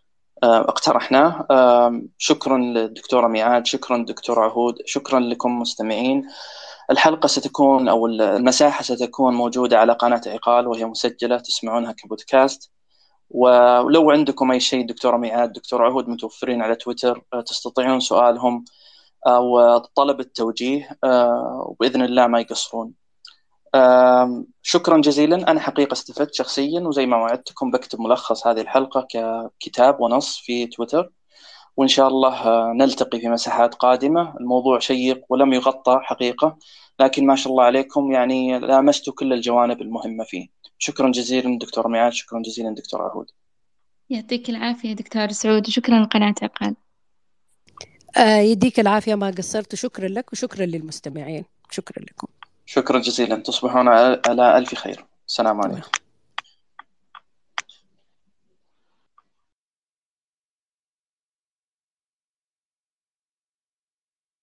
اقترحناه. شكرا للدكتورة ميعاد، شكرا للدكتور عهود، شكرا لكم مستمعين. الحلقة ستكون أو المساحة ستكون موجودة على قناة عقال وهي مسجلة تسمعونها كبودكاست. ولو عندكم أي شيء دكتورة ميعاد دكتور عهود متوفرين على تويتر، تستطيعون سؤالهم أو طلب التوجيه وبإذن الله ما يقصرون. شكرا جزيلا. أنا حقيقة استفدت شخصيا، وزي ما وعدتكم بكتب ملخص هذه الحلقة ككتاب ونص في تويتر، وإن شاء الله نلتقي في مساحات قادمة. الموضوع شيق ولم يغطى حقيقة، لكن ما شاء الله عليكم يعني لامستوا كل الجوانب المهمة فيه. شكرا جزيلا دكتور ميعاد، شكرا جزيلا دكتور عهود. يعطيك العافية دكتور سعود، وشكرا لقناة عقال. آه يديك العافية، ما قصرت، وشكرا لك وشكرا للمستمعين. شكرا لكم. شكرا جزيلا. تصبحون على ألف خير. السلام عليكم.